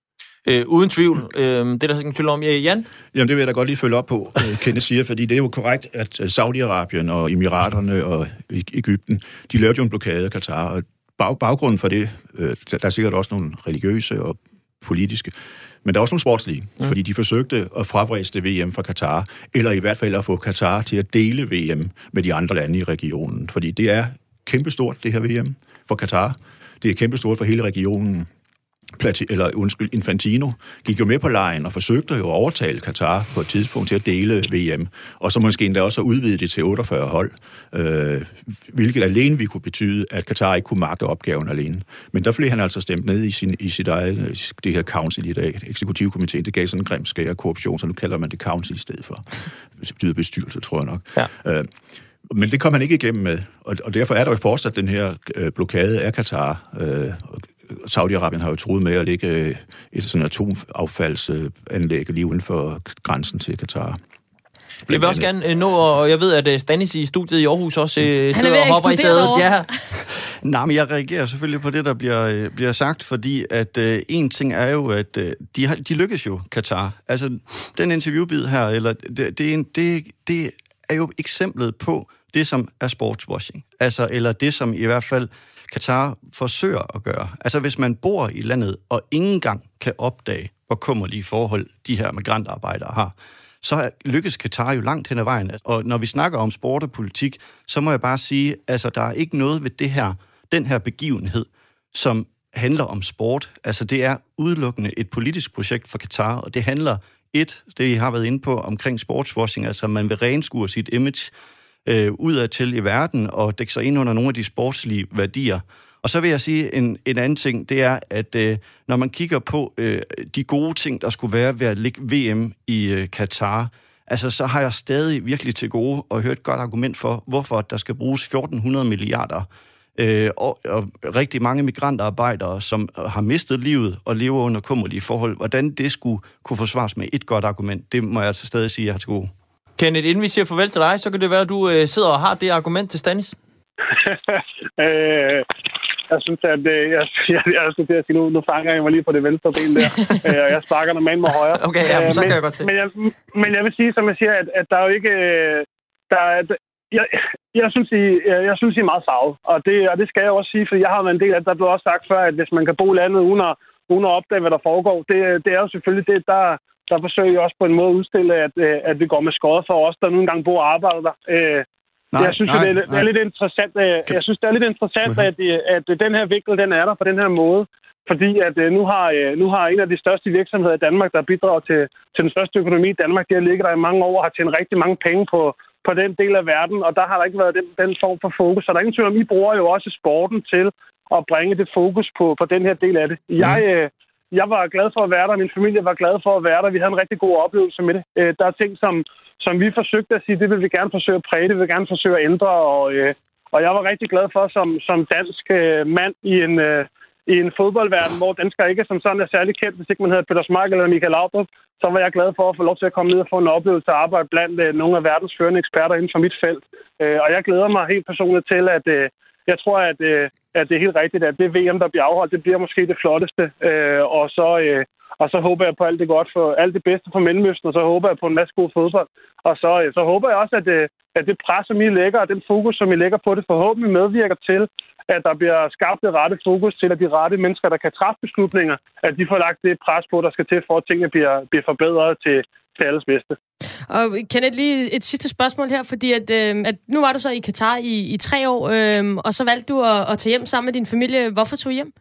Øh, uden tvivl. Øh, det er der ingen tvivl om. Ja, Jan? Jamen, det vil jeg da godt lige følge op på, Kenneth siger, fordi det er jo korrekt, at Saudi-Arabien og Emiraterne og Egypten, de lavede jo en blokade af Katar, og bag, baggrunden for det, øh, der er sikkert også nogle religiøse og politiske, men der er også nogle sportslige, mm. fordi de forsøgte at fravriste V M fra Katar, eller i hvert fald at få Katar til at dele V M med de andre lande i regionen, fordi det er kæmpestort, det her V M for Katar. Det er kæmpestort for hele regionen. Plati, eller undskyld, Infantino gik jo med på lejen og forsøgte jo at overtale Katar på et tidspunkt til at dele V M, og så måske endda også at udvide det til otteogfyrre hold, øh, hvilket alene vi kunne betyde, at Katar ikke kunne magte opgaven alene. Men der blev han altså stemt ned i, sin, i sit eget, det her council i dag, eksekutivkomiteen, det gav sådan en grim skær korruption, så nu kalder man det council i stedet for. Det betyder bestyrelse, tror jeg nok. Ja. Øh, men det kom han ikke igennem med, og, og derfor er der jo fortsat den her øh, blokade af Katar. Øh, Saudi-Arabien har jo truet med at lægge et sådan atomaffaldsanlæg lige uden for grænsen til Katar. Jeg vil også gerne nå, og jeg ved, at Stanis i studiet i Aarhus også øh, sidder og hopper i sædet. Ja. Nej, men jeg reagerer selvfølgelig på det, der bliver, bliver sagt, fordi at øh, en ting er jo, at øh, de, har, de lykkes jo, Katar. Altså, den interviewbid her, eller det, det, er en, det, det er jo eksemplet på det, som er sportswashing. Altså, eller det, som i hvert fald Katar forsøger at gøre. Altså, hvis man bor i landet, og ingen gang kan opdage, hvor kummerlige forhold de her migrantarbejdere har, så lykkes Katar jo langt hen ad vejen. Og når vi snakker om sport og politik, så må jeg bare sige, altså, der er ikke noget ved det her, den her begivenhed, som handler om sport. Altså, det er udelukkende et politisk projekt for Katar, og det handler et, det I har været inde på, omkring sportswashing, altså man vil renskue sit image øh, udadtil i verden, og dække sig ind under nogle af de sportslige værdier. Og så vil jeg sige en, en anden ting, det er, at øh, når man kigger på øh, de gode ting, der skulle være ved at lægge V M i øh, Katar, altså så har jeg stadig virkelig til gode og hørt et godt argument for, hvorfor der skal bruges fjorten hundrede milliarder øh, og, og rigtig mange migrantarbejdere, som har mistet livet og lever under kummerlige forhold. Hvordan det skulle kunne forsvares med et godt argument, det må jeg altså stadig sige, jeg har til gode. Kenneth, inden vi siger farvel til dig, så kan det være, at du øh, sidder og har det argument til Stanis. øh, jeg synes, at øh, jeg, jeg, jeg skulle til at sige, nu, nu fanger jeg mig lige på det venstre ben der, øh, og jeg sparker normalt med højre. Okay, ja, men så men, kan jeg godt se. Men jeg, men jeg vil sige, som jeg siger, at, at der er jo ikke... Øh, der er, jeg, jeg, synes, I, jeg synes, I er meget farvet, og det, og det skal jeg også sige, for jeg har været en del af det. Der blev også sagt før, at hvis man kan bo i landet uden at, uden at opdage, hvad der foregår, det, det er jo selvfølgelig det, der... Der forsøger jeg også på en måde at udstille, at, at vi går med skåret for os, der nogle gange bor og arbejder der. Nej, jeg synes, nej, det, er, det er lidt interessant. Jeg synes, det er lidt interessant, at, at den her vinkel, den er der på den her måde. Fordi at nu har, nu har en af de største virksomheder i Danmark, der bidrager til, til den største økonomi i Danmark, det har ligget der i mange år og har tjent rigtig mange penge på, på den del af verden. Og der har der ikke været den, den form for fokus. Så der er ingen tvivl om, I bruger jo også sporten til at bringe det fokus på, på den her del af det. Jeg... Mm. Jeg var glad for at være der, min familie var glad for at være der. Vi havde en rigtig god oplevelse med det. Der er ting, som, som vi forsøgte at sige, det vil vi gerne forsøge at præge, det vil vi gerne forsøge at ændre. Og, og jeg var rigtig glad for, som, som dansk mand i en, i en fodboldverden, hvor danskere ikke som sådan er særlig kendt, hvis ikke man hedder Peter Schmeichel eller Michael Laudrup, så var jeg glad for at få lov til at komme ned og få en oplevelse at arbejde blandt nogle af verdens førende eksperter inden for mit felt. Og jeg glæder mig helt personligt til, at jeg tror, at, at det er helt rigtigt, at det V M, der bliver afholdt, det bliver måske det flotteste. Og så, og så håber jeg på alt det godt for alt det bedste for Mellemøsten, og så håber jeg på en masse god fodbold. Og så, så håber jeg også, at det, at det pres, som I lægger, og den fokus, som I lægger på det, forhåbentlig medvirker til, at der bliver skabt det rette fokus til, at de rette mennesker, der kan træffe beslutninger, at de får lagt det pres på, der skal til, for at tingene bliver, bliver forbedret til, til alles bedste. Og Kenneth, lige et sidste spørgsmål her, fordi at, øh, at nu var du så i Katar i, i tre år, øh, og så valgte du at, at tage hjem sammen med din familie. Hvorfor tog I hjem?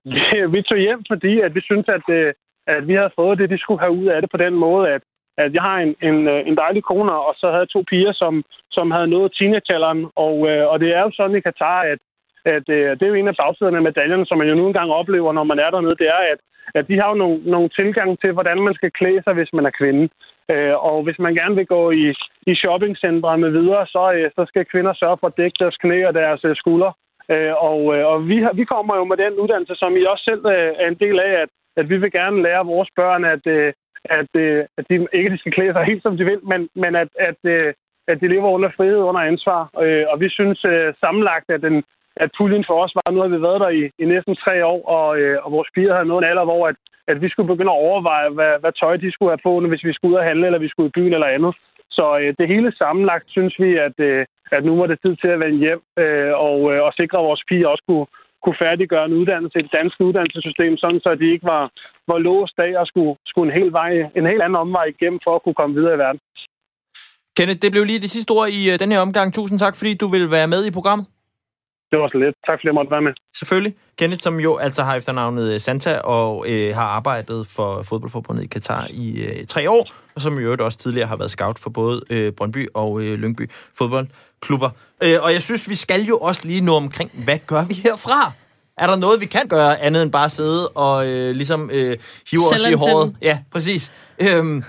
Vi tog hjem, fordi at vi syntes, at, at vi havde fået det, de skulle have ud af det på den måde, at, at jeg har en, en, en dejlig kone, og så havde jeg to piger, som, som havde nået teenagealderen, og, og det er jo sådan i Katar, at, at det er jo en af bagsiderne af medaljerne, som man jo nu engang oplever, når man er dernede, det er, at, at de har jo nogle, nogle tilgang til, hvordan man skal klæde sig, hvis man er kvinde. Og hvis man gerne vil gå i, i shoppingcentre med videre, så, så skal kvinder sørge for at dække deres knæ og deres skuldre. Og, og vi, har, vi kommer jo med den uddannelse, som I også selv er en del af, at, at vi vil gerne lære vores børn, at, at, at de ikke de skal klæde sig helt som de vil, men, men at, at, at de lever under frihed, under ansvar. Og vi synes sammenlagt, at, den, at puljen for os var noget, at vi har været der i, i næsten tre år, og, og vores piger havde noget en alder, hvor at at vi skulle begynde at overveje, hvad, hvad tøj de skulle have på, hvis vi skulle ud og handle, eller vi skulle i byen eller andet. Så øh, det hele sammenlagt synes vi, at, øh, at nu var det tid til at vende hjem øh, og, øh, og sikre, at vores piger også kunne, kunne færdiggøre en uddannelse i det danske uddannelsessystem, sådan så de ikke var, var låst af og skulle, skulle en, hel vej, en helt anden omvej igennem for at kunne komme videre i verden. Kenneth, det blev lige det sidste ord i uh, den her omgang. Tusind tak, fordi du vil være med i programmet. Det var så lidt. Tak fordi jeg måtte være med. Selvfølgelig. Kenneth, som jo altså har efternavnet Santa og øh, har arbejdet for fodboldforbundet i Katar i øh, tre år, og som jo også tidligere har været scout for både øh, Brøndby og øh, Lyngby fodboldklubber. Øh, og jeg synes, vi skal jo også lige nå omkring, hvad gør vi herfra? Er der noget, vi kan gøre andet end bare sidde og øh, ligesom øh, hive os i håret? Ja, præcis. Øhm,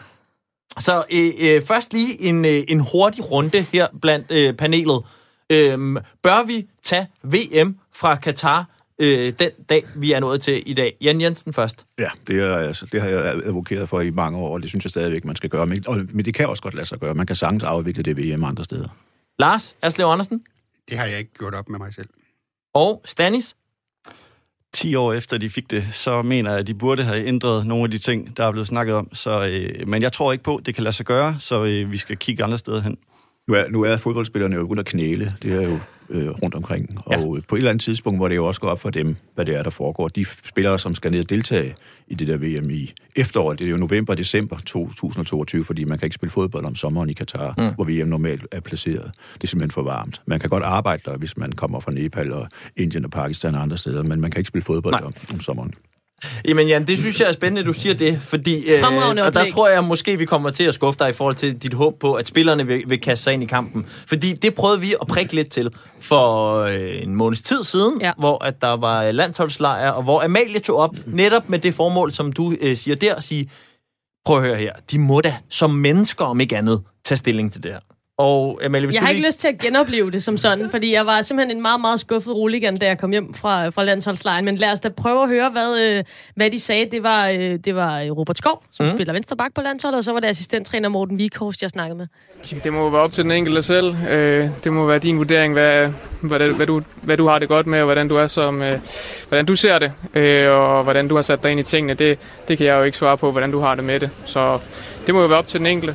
så øh, øh, først lige en, øh, en hurtig runde her blandt øh, panelet. Øhm, bør vi tage V M fra Katar øh, den dag, vi er nået til i dag? Jan Jensen først. Ja, det, er, altså, det har jeg advokeret for i mange år, og det synes jeg stadigvæk, man skal gøre. Men, og, men det kan også godt lade sig gøre. Man kan sagtens afvikle det V M andre steder. Lars Aslev Andersen. Det har jeg ikke gjort op med mig selv. Og Stanis. ti år efter de fik det, så mener jeg, at de burde have ændret nogle af de ting, der er blevet snakket om. Så, øh, men jeg tror ikke på, at det kan lade sig gøre, så øh, vi skal kigge andre steder hen. Nu er, nu er fodboldspillerne jo begyndt at knæle, det er jo øh, rundt omkring, og ja. På et eller andet tidspunkt, hvor det jo også går op for dem, hvad det er, der foregår. De spillere, som skal ned og deltage i det der V M i efteråret, det er jo november og december to tusind og toogtyve, fordi man kan ikke spille fodbold om sommeren i Katar, mm. hvor V M normalt er placeret. Det er simpelthen for varmt. Man kan godt arbejde der, hvis man kommer fra Nepal og Indien og Pakistan og andre steder, men man kan ikke spille fodbold om, om sommeren. Jamen Jan, det synes jeg er spændende, at du siger det, fordi øh, og der tror jeg måske, vi kommer til at skuffe dig i forhold til dit håb på, at spillerne vil, vil kaste sig ind i kampen. Fordi det prøvede vi at prikke lidt til for øh, en måneds tid siden, ja. Hvor at der var landsholdslejr, og hvor Amalie tog op netop med det formål, som du øh, siger der, at sige, prøv at høre her, de må da som mennesker, om ikke andet, tage stilling til det her. Og Amalie, hvis jeg du har lige... ikke lyst til at genopleve det som sådan, fordi jeg var simpelthen en meget, meget skuffet roligan, da jeg kom hjem fra, fra landsholdslejren. Men lad os da prøve at høre, hvad, øh, hvad de sagde. Det var, øh, det var Robert Skov, som mm. spiller venstre bak på landsholdet, og så var det assistenttræner Morten Wieghorst, jeg snakkede med. Det må være op til den enkelte selv. Det må være din vurdering, hvad, hvad, hvad, du, hvad du har det godt med, og hvordan du er som, hvordan du ser det, og hvordan du har sat dig ind i tingene. Det, det kan jeg jo ikke svare på, hvordan du har det med det. Så det må jo være op til den enkelte.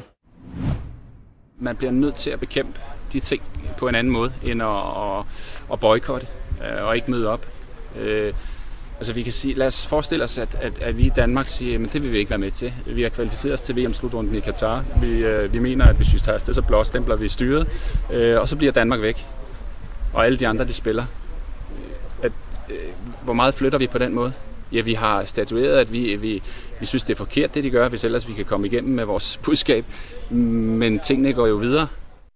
Man bliver nødt til at bekæmpe de ting på en anden måde, end at, at, at boykotte og ikke møde op. Øh, altså vi kan sige, lad os forestille os, at, at, at vi i Danmark siger, men det vil vi ikke være med til. Vi har kvalificeret os til V M-slutrunden i Katar. Vi, øh, vi mener, at hvis vi tager afsted, så blåstempler vi styret, øh, og så bliver Danmark væk. Og alle de andre, de spiller. At, øh, hvor meget flytter vi på den måde? Ja, vi har statueret, at vi, vi, vi synes, det er forkert, det de gør, hvis ellers vi kan komme igennem med vores budskab. Men tingene går jo videre.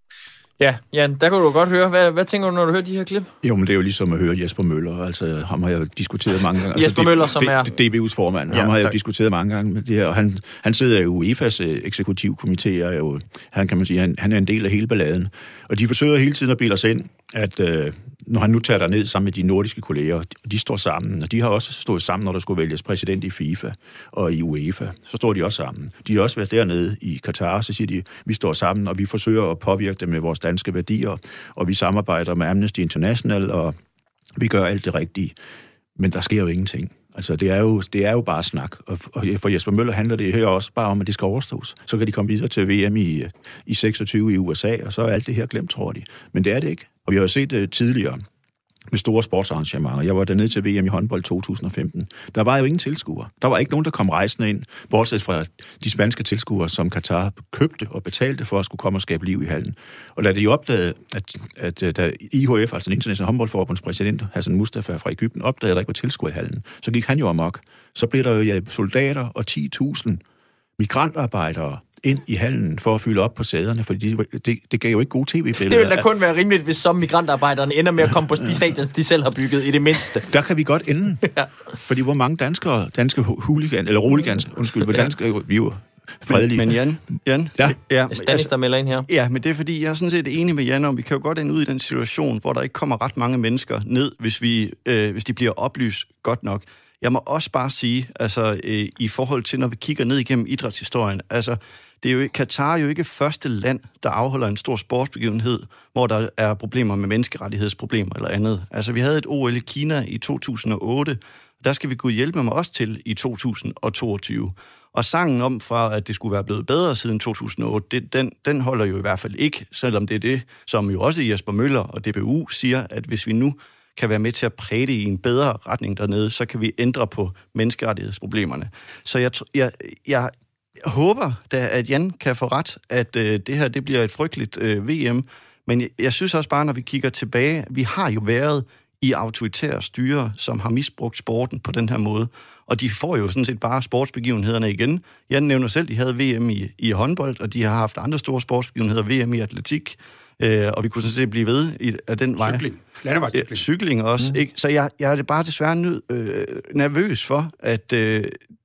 Ja, Jan, der kan du godt høre. Hvad, hvad tænker du, når du hører de her klip? Jo, men det er jo ligesom at høre Jesper Møller. Altså, ham har jeg jo diskuteret mange gange. Jesper altså, Møller, som er... D B U's formand. Ja, ham har jeg jo diskuteret mange gange med det her. Og han, han sidder i U E F A's eksekutivkomité, og jo, han kan man sige, han, han er en del af hele balladen. Og de forsøger hele tiden at bilde os ind, at øh, når han nu tager derned sammen med de nordiske kolleger, de står sammen, og de har også stået sammen, når der skulle vælges præsident i FIFA og i UEFA. Så står de også sammen. De har også været dernede i Katar, så siger de, vi står sammen, og vi forsøger at påvirke dem med vores danske værdier, og vi samarbejder med Amnesty International, og vi gør alt det rigtige. Men der sker jo ingenting. Altså, det er jo, det er jo bare snak. Og for Jesper Møller handler det her også bare om, at det skal overstås. Så kan de komme videre til V M i, i seksogtyve i U S A, og så er alt det her glemt, tror de. Men det er det ikke. Og vi har jo set det tidligere med store sportsarrangementer. Jeg var dernede til V M i håndbold to tusind og femten. Der var jo ingen tilskuere. Der var ikke nogen, der kom rejsende ind, bortset fra de spanske tilskuere, som Katar købte og betalte for at skulle komme og skabe liv i hallen. Og da de opdagede, at, at da I H F, altså den internationale håndboldforbunds præsident, Hassan Mustafa fra Egypten, opdagede, at der ikke var tilskuere i hallen, så gik han jo amok. Så blev der jo ja, soldater og ti tusind migrantarbejdere ind i hallen for at fylde op på sæderne, for det, det, det gav jo ikke gode tv-billeder. Det vil da kun være rimeligt, hvis som migrantarbejderne ender med at komme på de stadions, de selv har bygget, i det mindste. Der kan vi godt ende. Ja. Fordi hvor mange danskere, danske hooligans, eller roligans, undskyld, hvor danske, vi jo fredelige. Men, men Jan, Jan ja. Ja, Stanis, der melder ind her. Ja, men det er fordi, jeg er sådan set enig med Jan om, vi kan jo godt ende ud i den situation, hvor der ikke kommer ret mange mennesker ned, hvis, vi, øh, hvis de bliver oplyst godt nok. Jeg må også bare sige, altså øh, i forhold til, når vi kigger ned igennem idrætshistorien, altså det er jo, Katar er jo ikke første land, der afholder en stor sportsbegivenhed, hvor der er problemer med menneskerettighedsproblemer eller andet. Altså vi havde et O L i Kina i to tusind og otte, der skal vi kunne hjælpe mig også til i to tusind og toogtyve. Og sangen om fra, at det skulle være blevet bedre siden to tusind og otte, det, den, den holder jo i hvert fald ikke, selvom det er det, som jo også Jesper Møller og D B U siger, at hvis vi nu kan være med til at præge det i en bedre retning dernede, så kan vi ændre på menneskerettighedsproblemerne. Så jeg, jeg, jeg håber da, at Jan kan få ret, at øh, det her det bliver et frygteligt øh, V M, men jeg, jeg synes også bare, når vi kigger tilbage, vi har jo været i autoritære styre, som har misbrugt sporten på den her måde, og de får jo sådan set bare sportsbegivenhederne igen. Jan nævner selv, de havde V M i, i håndbold, og de har haft andre store sportsbegivenheder, V M i atletik, øh, og vi kunne sådan set blive ved i, af den vej. Cykling. Landevejscykling. Ja, cykling også, mm. ikke? Så jeg, jeg er bare desværre nød, øh, nervøs for, at øh,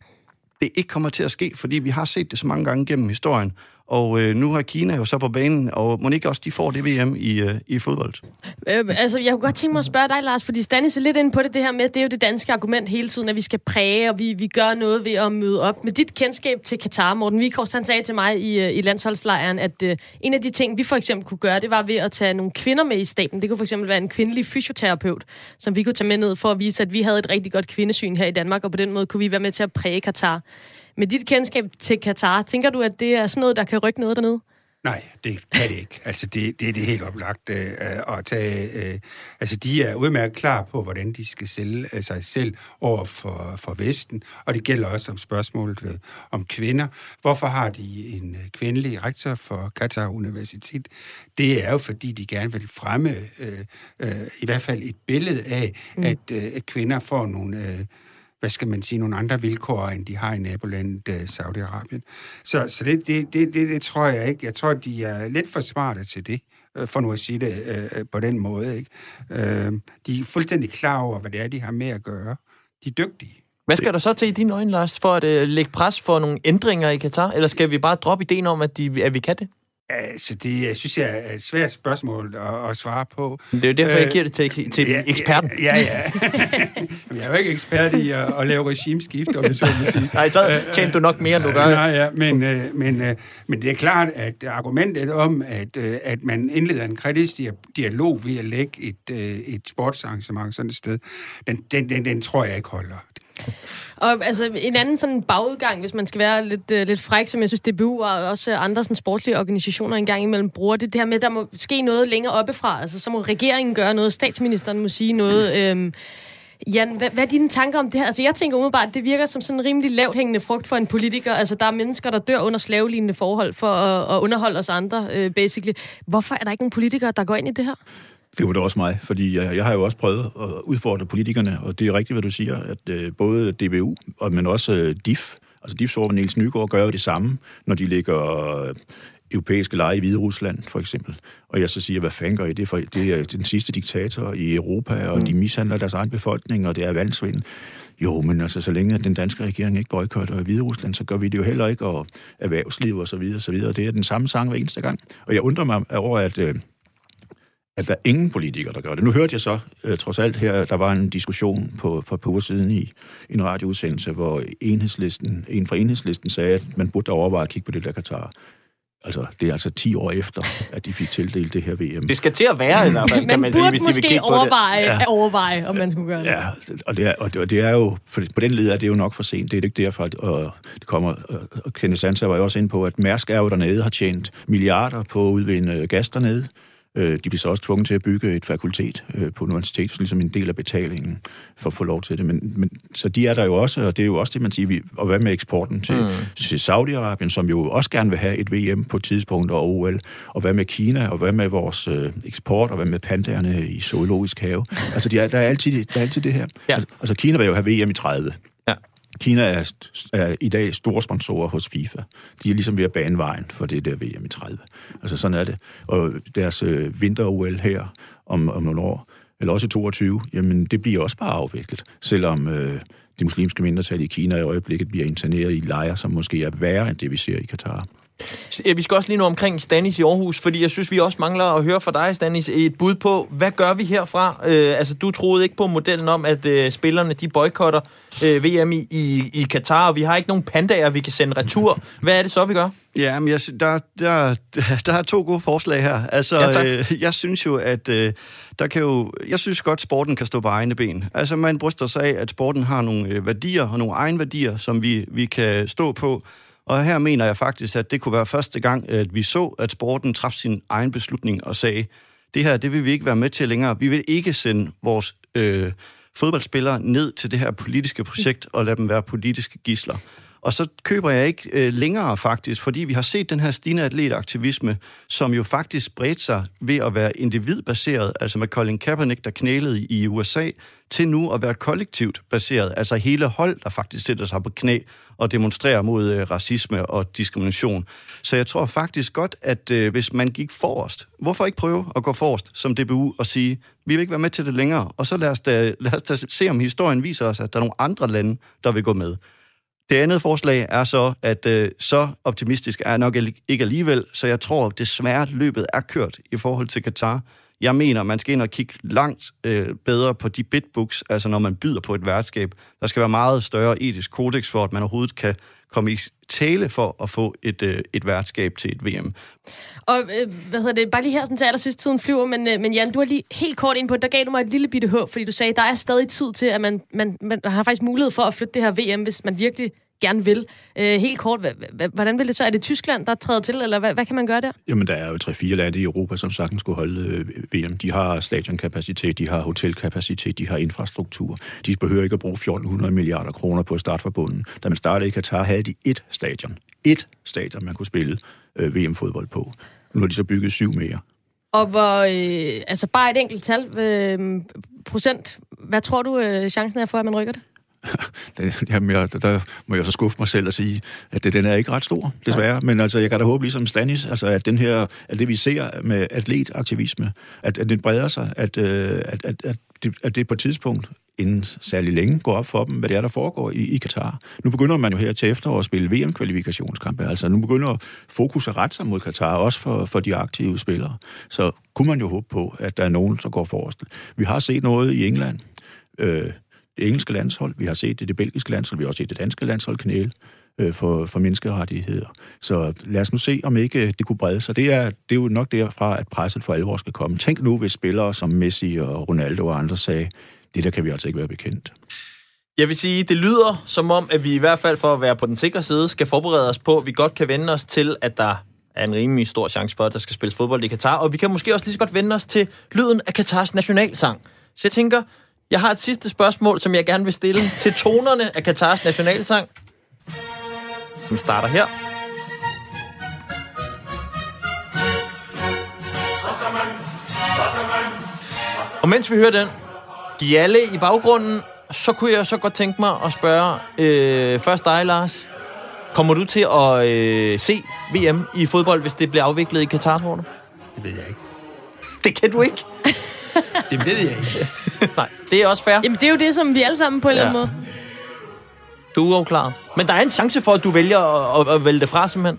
det ikke kommer til at ske, fordi vi har set det så mange gange gennem historien. Og øh, nu har Kina jo så på banen, og må ikke også de får det V M i, øh, i fodbold? Øh, altså, jeg kunne godt tænke mig at spørge dig, Lars, fordi Stanis er lidt inde på det, det her med, det er jo det danske argument hele tiden, at vi skal præge, og vi, vi gør noget ved at møde op. Med dit kendskab til Katar, Morten Wieghorst, han sagde til mig i, i landsholdslejren, at øh, en af de ting, vi for eksempel kunne gøre, det var ved at tage nogle kvinder med i staben. Det kunne for eksempel være en kvindelig fysioterapeut, som vi kunne tage med ned for at vise, at vi havde et rigtig godt kvindesyn her i Danmark, og på den måde kunne vi være med til at præge Katar. Med dit kendskab til Katar, tænker du, at det er sådan noget, der kan rykke noget dernede? Nej, det kan det ikke. Altså, det, det er det helt oplagt øh, at tage. Øh, altså, de er udmærket klar på, hvordan de skal sælge øh, sig selv over for, for Vesten, og det gælder også om spørgsmålet øh, om kvinder. Hvorfor har de en øh, kvindelig rektor for Qatar Universitet? Det er jo, fordi de gerne vil fremme øh, øh, i hvert fald et billede af, mm. at, øh, at kvinder får nogle... Øh, hvad skal man sige, nogle andre vilkår, end de har i nabolandet uh, Saudi-Arabien. Så, så det, det, det, det, det tror jeg ikke. Jeg tror, de er lidt for smarte til det, uh, for nu at sige det uh, på den måde. Ikke? Uh, de er fuldstændig klar over, hvad det er, de har med at gøre. De er dygtige. Hvad skal der så til i dine øjne, Lars, for at uh, lægge pres for nogle ændringer i Katar? Eller skal vi bare droppe ideen om, at, de, at vi kan det? Altså, det jeg synes jeg er et svært spørgsmål at, at svare på. Det er jo derfor, jeg giver det til, til ja, eksperten. Ja, ja. Jeg er jo ikke ekspert i at, at lave regimeskift, om det så vil sige. Nej, så tjener du nok mere, end du gør. Nej, ja, men, men, men det er klart, at argumentet om, at, at man indleder en kritisk dialog ved at lægge et, et sportsarrangement sådan et sted, den, den, den, den tror jeg ikke holder. Og altså, en anden sådan bagudgang, hvis man skal være lidt, uh, lidt fræk, som jeg synes, D B U og også andre sådan sportslige organisationer engang imellem bruger det, det her med, at der må ske noget længere oppefra. Altså, så må regeringen gøre noget, statsministeren må sige noget. Øhm, Jan, hvad, hvad er dine tanker om det her? Altså, jeg tænker umiddelbart, at det virker som sådan en rimelig lavt hængende frugt for en politiker. Altså, der er mennesker, der dør under slavelignende forhold for at, at underholde os andre, øh, basically. Hvorfor er der ikke nogen politikere, der går ind i det her? Det var da også mig, fordi jeg, jeg har jo også prøvet at udfordre politikerne, og det er rigtigt, hvad du siger, at øh, både D B U, og, men også øh, D I F, altså D I F's ordfører Niels Nygaard, gør jo det samme, når de lægger øh, europæiske lege i Hvide Rusland, for eksempel. Og jeg så siger, hvad fanden gør I det? For det er den sidste diktator i Europa, og mm. de mishandler deres egen befolkning, og det er valgsvind. Jo, men altså, så længe den danske regering ikke boykotter Hvide Rusland, så gør vi det jo heller ikke, og erhvervsliv og så videre, og så videre. Det er den samme sang hver eneste gang. Og jeg undrer mig over, at øh, at der er ingen politikere, der gør det. Nu hørte jeg så, øh, trods alt her, der var en diskussion på, for på siden i, i en radioudsendelse, hvor enhedslisten, en fra enhedslisten sagde, at man burde overveje at kigge på det der Katar. Altså, det er altså ti år efter, at de fik tildelt det her V M. Det skal til at være i hvert fald, kan man, man sige, hvis de vil kigge overveje, på det. Ja. overveje, om man skulle gøre det. Ja, og det er, og det, og det er jo, på den led er det jo nok for sent. Det er ikke derfor, og det kommer, og Kenneth Sansa var jo også inde på, at Mærsk er jo dernede, har tjent milliarder på at udvinde gas dernede. De bliver så også tvunget til at bygge et fakultet på universitet, ligesom en del af betalingen for at få lov til det. Men, men, så de er der jo også, og det er jo også det, man siger, og hvad med eksporten til, mm. til Saudi-Arabien, som jo også gerne vil have et V M på et tidspunkt, og O L, og hvad med Kina, og hvad med vores øh, eksport, og hvad med pandaerne i zoologisk have. Altså, de er, der, er altid, der er altid det her. Ja. Altså, altså, Kina vil jo have V M i tredive. Ja. Kina er, er i dag store sponsorer hos FIFA. De er ligesom ved at bane vejen for det der V M i tredive. Altså sådan er det. Og deres øh, vinter-O L her om, om nogle år, eller også i toogtyve, jamen det bliver også bare afviklet. Selvom øh, de muslimske mindretal i Kina i øjeblikket bliver interneret i lejre, som måske er værre end det, vi ser i Katar. Vi skal også lige nu omkring Stanis i Aarhus, fordi jeg synes, vi også mangler at høre fra dig, Stanis, et bud på, hvad gør vi herfra? Øh, altså, du troede ikke på modellen om, at øh, spillerne, de boykotter øh, V M i, i, i Katar, og vi har ikke nogen pandager, vi kan sende retur. Hvad er det så, vi gør? Ja, men jeg, der, der, der er to gode forslag her. Altså, ja, øh, jeg synes jo, at øh, der kan jo, jeg synes godt, sporten kan stå på egne ben. Altså, man bryster sig af, at sporten har nogle øh, værdier og nogle egne værdier, som vi, vi kan stå på. Og her mener jeg faktisk, at det kunne være første gang, at vi så, at sporten traf sin egen beslutning og sagde, det her, det vil vi ikke være med til længere. Vi vil ikke sende vores øh, fodboldspillere ned til det her politiske projekt og lade dem være politiske gidsler. Og så køber jeg ikke øh, længere faktisk, fordi vi har set den her stigende atletaktivisme, som jo faktisk spredte sig ved at være individbaseret, altså med Colin Kaepernick, der knælede i U S A, til nu at være kollektivt baseret, altså hele hold, der faktisk sætter sig på knæ og demonstrerer mod øh, racisme og diskrimination. Så jeg tror faktisk godt, at øh, hvis man gik forrest, hvorfor ikke prøve at gå forrest som D B U og sige, vi vil ikke være med til det længere, og så lad os da, lad os da se, om historien viser os, at der er nogle andre lande, der vil gå med. Det andet forslag er så, at øh, så optimistisk er jeg nok ikke alligevel, så jeg tror desværre, at løbet er kørt i forhold til Katar. Jeg mener, man skal ind og kigge langt øh, bedre på de bidbooks, altså når man byder på et værtskab. Der skal være meget større etisk kodex for, at man overhovedet kan komme i tale for at få et, øh, et værtskab til et V M. Og øh, hvad hedder det, bare lige her sådan til allersidst, tiden flyver, men, øh, men Jan, du har lige helt kort ind på, der gav du mig et lille bitte håb, fordi du sagde, der er stadig tid til, at man, man, man har faktisk mulighed for at flytte det her V M, hvis man virkelig gerne vil. Øh, helt kort, hvordan vil det så? Er det Tyskland, der træder til, eller hvad, hvad kan man gøre der? Jamen, der er jo tre-fire lande i Europa, som sagtens skulle holde øh, V M. De har stadionkapacitet, de har hotelkapacitet, de har infrastruktur. De behøver ikke at bruge fjorten hundrede milliarder kroner på at starte fra bunden. Da man startede i Katar, havde de ét stadion. Ét stadion, man kunne spille øh, V M-fodbold på. Nu har de så bygget syv mere. Og hvor, øh, altså bare et enkelt tal, øh, procent, hvad tror du, øh, chancen er for, at man rykker det? Jamen, jeg, der, der må jeg så skuffe mig selv og sige, at det, den er ikke ret stor, desværre. Ja. Men altså, jeg kan da håbe, ligesom Stanis, altså, at, den her, at det, vi ser med atletaktivisme, at, at det breder sig, at, at, at, at, det, at det på et tidspunkt inden særlig længe gå op for dem, hvad det er, der foregår i, i Katar. Nu begynder man jo her til efterår at spille V M-kvalifikationskampe. Altså nu begynder fokus at rette sig mod Katar, også for, for de aktive spillere. Så kunne man jo håbe på, at der er nogen, der går forrest. Vi har set noget i England. Øh, det engelske landshold, vi har set det, det belgiske landshold, vi har også set det danske landshold knæle øh, for, for menneskerettigheder. Så lad os nu se, om ikke det kunne brede sig. Det er, det er jo nok derfra, at presset for alvor skal komme. Tænk nu, hvis spillere som Messi og Ronaldo og andre sagde, det der kan vi altså ikke være bekendt. Jeg vil sige, det lyder som om, at vi i hvert fald for at være på den sikre side, skal forberede os på, at vi godt kan vende os til, at der er en rimelig stor chance for, at der skal spilles fodbold i Katar. Og vi kan måske også lige så godt vende os til lyden af Katars nationalsang. Så jeg tænker, jeg har et sidste spørgsmål, som jeg gerne vil stille til tonerne af Katars nationalsang, som starter her. Og mens vi hører den, Gialle i baggrunden, så kunne jeg så godt tænke mig at spørge øh, først dig, Lars. Kommer du til at øh, se V M i fodbold, hvis det bliver afviklet i Katar, tror du? Det ved jeg ikke. Det kan du ikke? Det ved jeg ikke. Nej, det er også fair. Jamen, det er jo det, som vi alle sammen på en ja. eller anden måde. Du er uafklaret. Men der er en chance for, at du vælger at, at, at vælge det fra, simpelthen.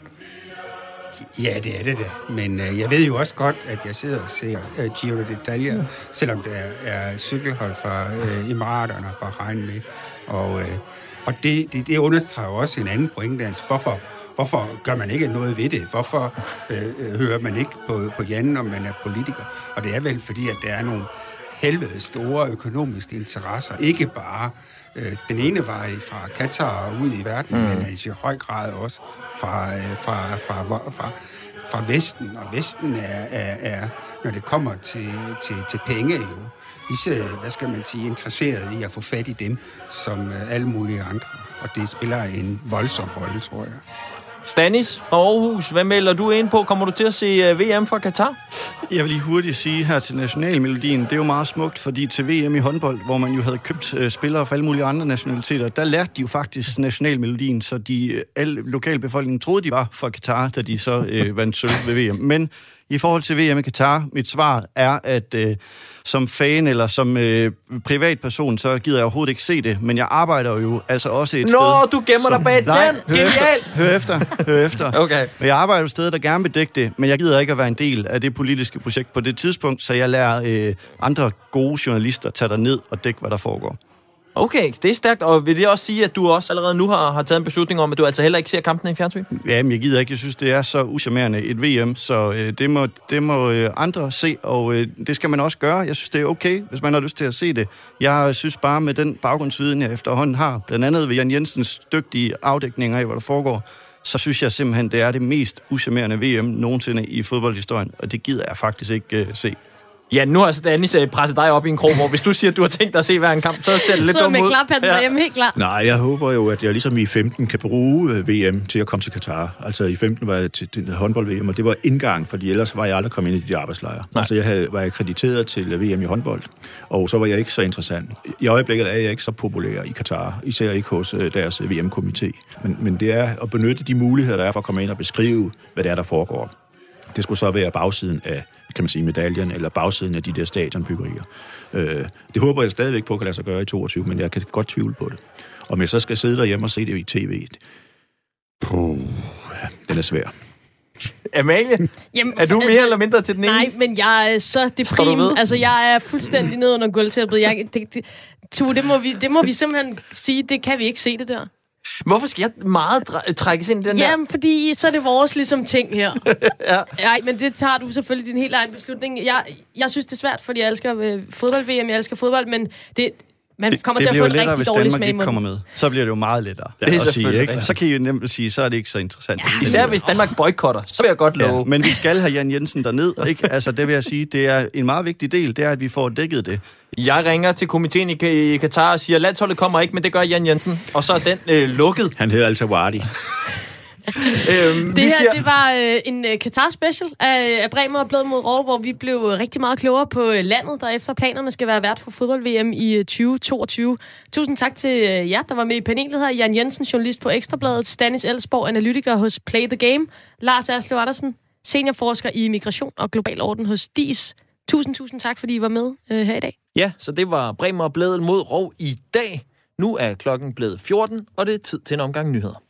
Ja, det er det da. Men øh, jeg ved jo også godt, at jeg sidder og ser øh, Giro d'Italia, mm. selvom der er, er cykelhold fra øh, Emiraterne og Bahrain med. Og, øh, og det, det, det understreger også en anden pointe. Altså, hvorfor, hvorfor gør man ikke noget ved det? Hvorfor øh, hører man ikke på, på Jan, når man er politiker? Og det er vel fordi, at der er nogle helvede store økonomiske interesser. Ikke bare øh, den ene vej fra Katar og ud i verden, mm. men altså i høj grad også fra, øh, fra, fra, fra, fra, fra Vesten. Og Vesten er, er, er når det kommer til, til, til penge, jo lige så, hvad skal man sige, interesseret i at få fat i dem, som øh, alle mulige andre. Og det spiller en voldsom rolle, tror jeg. Stanis fra Aarhus, hvad melder du ind på? Kommer du til at se V M fra Katar? Jeg vil lige hurtigt sige her til nationalmelodien, det er jo meget smukt, fordi til V M i håndbold, hvor man jo havde købt øh, spillere fra alle mulige andre nationaliteter, der lærte de jo faktisk nationalmelodien, så de alle lokalbefolkningen troede, de var fra Katar, da de så øh, vandt sølv ved V M. Men i forhold til V M i Katar, mit svar er, at øh, som fan eller som øh, privatperson, så gider jeg overhovedet ikke se det, men jeg arbejder jo altså også et Nå, sted... Nå, du gemmer som, dig bag nej, den! Hør Genialt! efter, hør efter, hør efter. Okay. Men jeg arbejder jo et sted, der gerne vil dække det, men jeg gider ikke at være en del af det politiske projekt på det tidspunkt, så jeg lærer øh, andre gode journalister tage dig ned og dække, hvad der foregår. Okay, det er stærkt, og vil det også sige, at du også allerede nu har, har taget en beslutning om, at du altså heller ikke ser kampene i fjernsyn? Jamen, jeg gider ikke. Jeg synes, det er så uschammerende et V M, så øh, det må, det må øh, andre se, og øh, det skal man også gøre. Jeg synes, det er okay, hvis man har lyst til at se det. Jeg synes bare, med den baggrundsviden, jeg efterhånden har, blandt andet ved Jan Jensens dygtige afdækninger af, hvad der foregår, så synes jeg simpelthen, det er det mest uschammerende V M nogensinde i fodboldhistorien, og det gider jeg faktisk ikke øh, se. Ja, nu har Stanis presset dig op i en krog, hvor hvis du siger, at du har tænkt dig at se hver en kamp, så ser det lidt dumt ud. Så med klaphatten derhjemme, helt klar. Nej, jeg håber jo, at jeg ligesom i femten kan bruge V M til at komme til Katar. Altså i femten var jeg til håndbold-V M, og det var indgang, fordi ellers var jeg aldrig kommet ind i de arbejdslejre. Nej. Altså jeg havde, var akkrediteret til V M i håndbold, og så var jeg ikke så interessant. I øjeblikket er jeg ikke så populær i Katar, især ikke hos deres V M-komité. Men, men det er at benytte de muligheder, der er for at komme ind og beskrive, hvad det er, der foregår. Det skulle så være bagsiden af, kan man sige, medaljen, eller bagsiden af de der stadionbyggerier. Øh, det håber jeg stadigvæk på, at kan lade sig gøre i toogtyve, men jeg kan godt tvivle på det. Om jeg så skal sidde derhjemme og se det i tv, puh, den er svær. Amalie, Jamen, er du mere altså, eller mindre til den ene? Nej, men jeg er så deprim. Altså, jeg er fuldstændig nede under gulvtæppet. Jeg, det, det, tu, det, må vi, det må vi simpelthen sige, det kan vi ikke se det der. Hvorfor skal jeg meget dr- trækkes ind i den Jamen, der? Jamen, fordi så er det vores ligesom ting her. Ja. Nej, men det tager du selvfølgelig din helt egen beslutning. Jeg, jeg synes, det er svært, fordi jeg elsker øh, fodbold-V M, jeg elsker fodbold, men det, man det, kommer det til at få et lettere, rigtig dårligt smag i munden. Kommer med. Så bliver det jo meget lettere. Ja, det er at sige, ikke? ja. Så kan I jo nemt sige, så er det ikke så interessant. Ja. Især hvis Danmark boykotter, så vil jeg godt love. Ja, men vi skal have Jan Jensen derned, ikke? Altså, det vil jeg sige, det er en meget vigtig del, det er, at vi får dækket det. Jeg ringer til komiteen i Katar og siger, landsholdet kommer ikke, men det gør Jan Jensen. Og så er den øh, lukket. Han hedder altså Wardi. øhm, det her, siger... det var øh, en øh, Qatar-special af, af Bremer og Bled mod Råge, hvor vi blev rigtig meget klogere på øh, landet, der efter planerne skal være vært for fodbold-V M i øh, tyve toogtyve. Tusind tak til øh, jer, der var med i panelet her. Jan Jensen, journalist på Ekstrabladet, Stanis Elsborg, analytiker hos Play the Game, Lars Erslev Andersen, seniorforsker i migration og global orden hos D I S. Tusind, tusind tak, fordi I var med øh, her i dag. Ja, så det var Bremer og Blædel mod Rov i dag. Nu er klokken blevet fjorten, og det er tid til en omgang nyheder.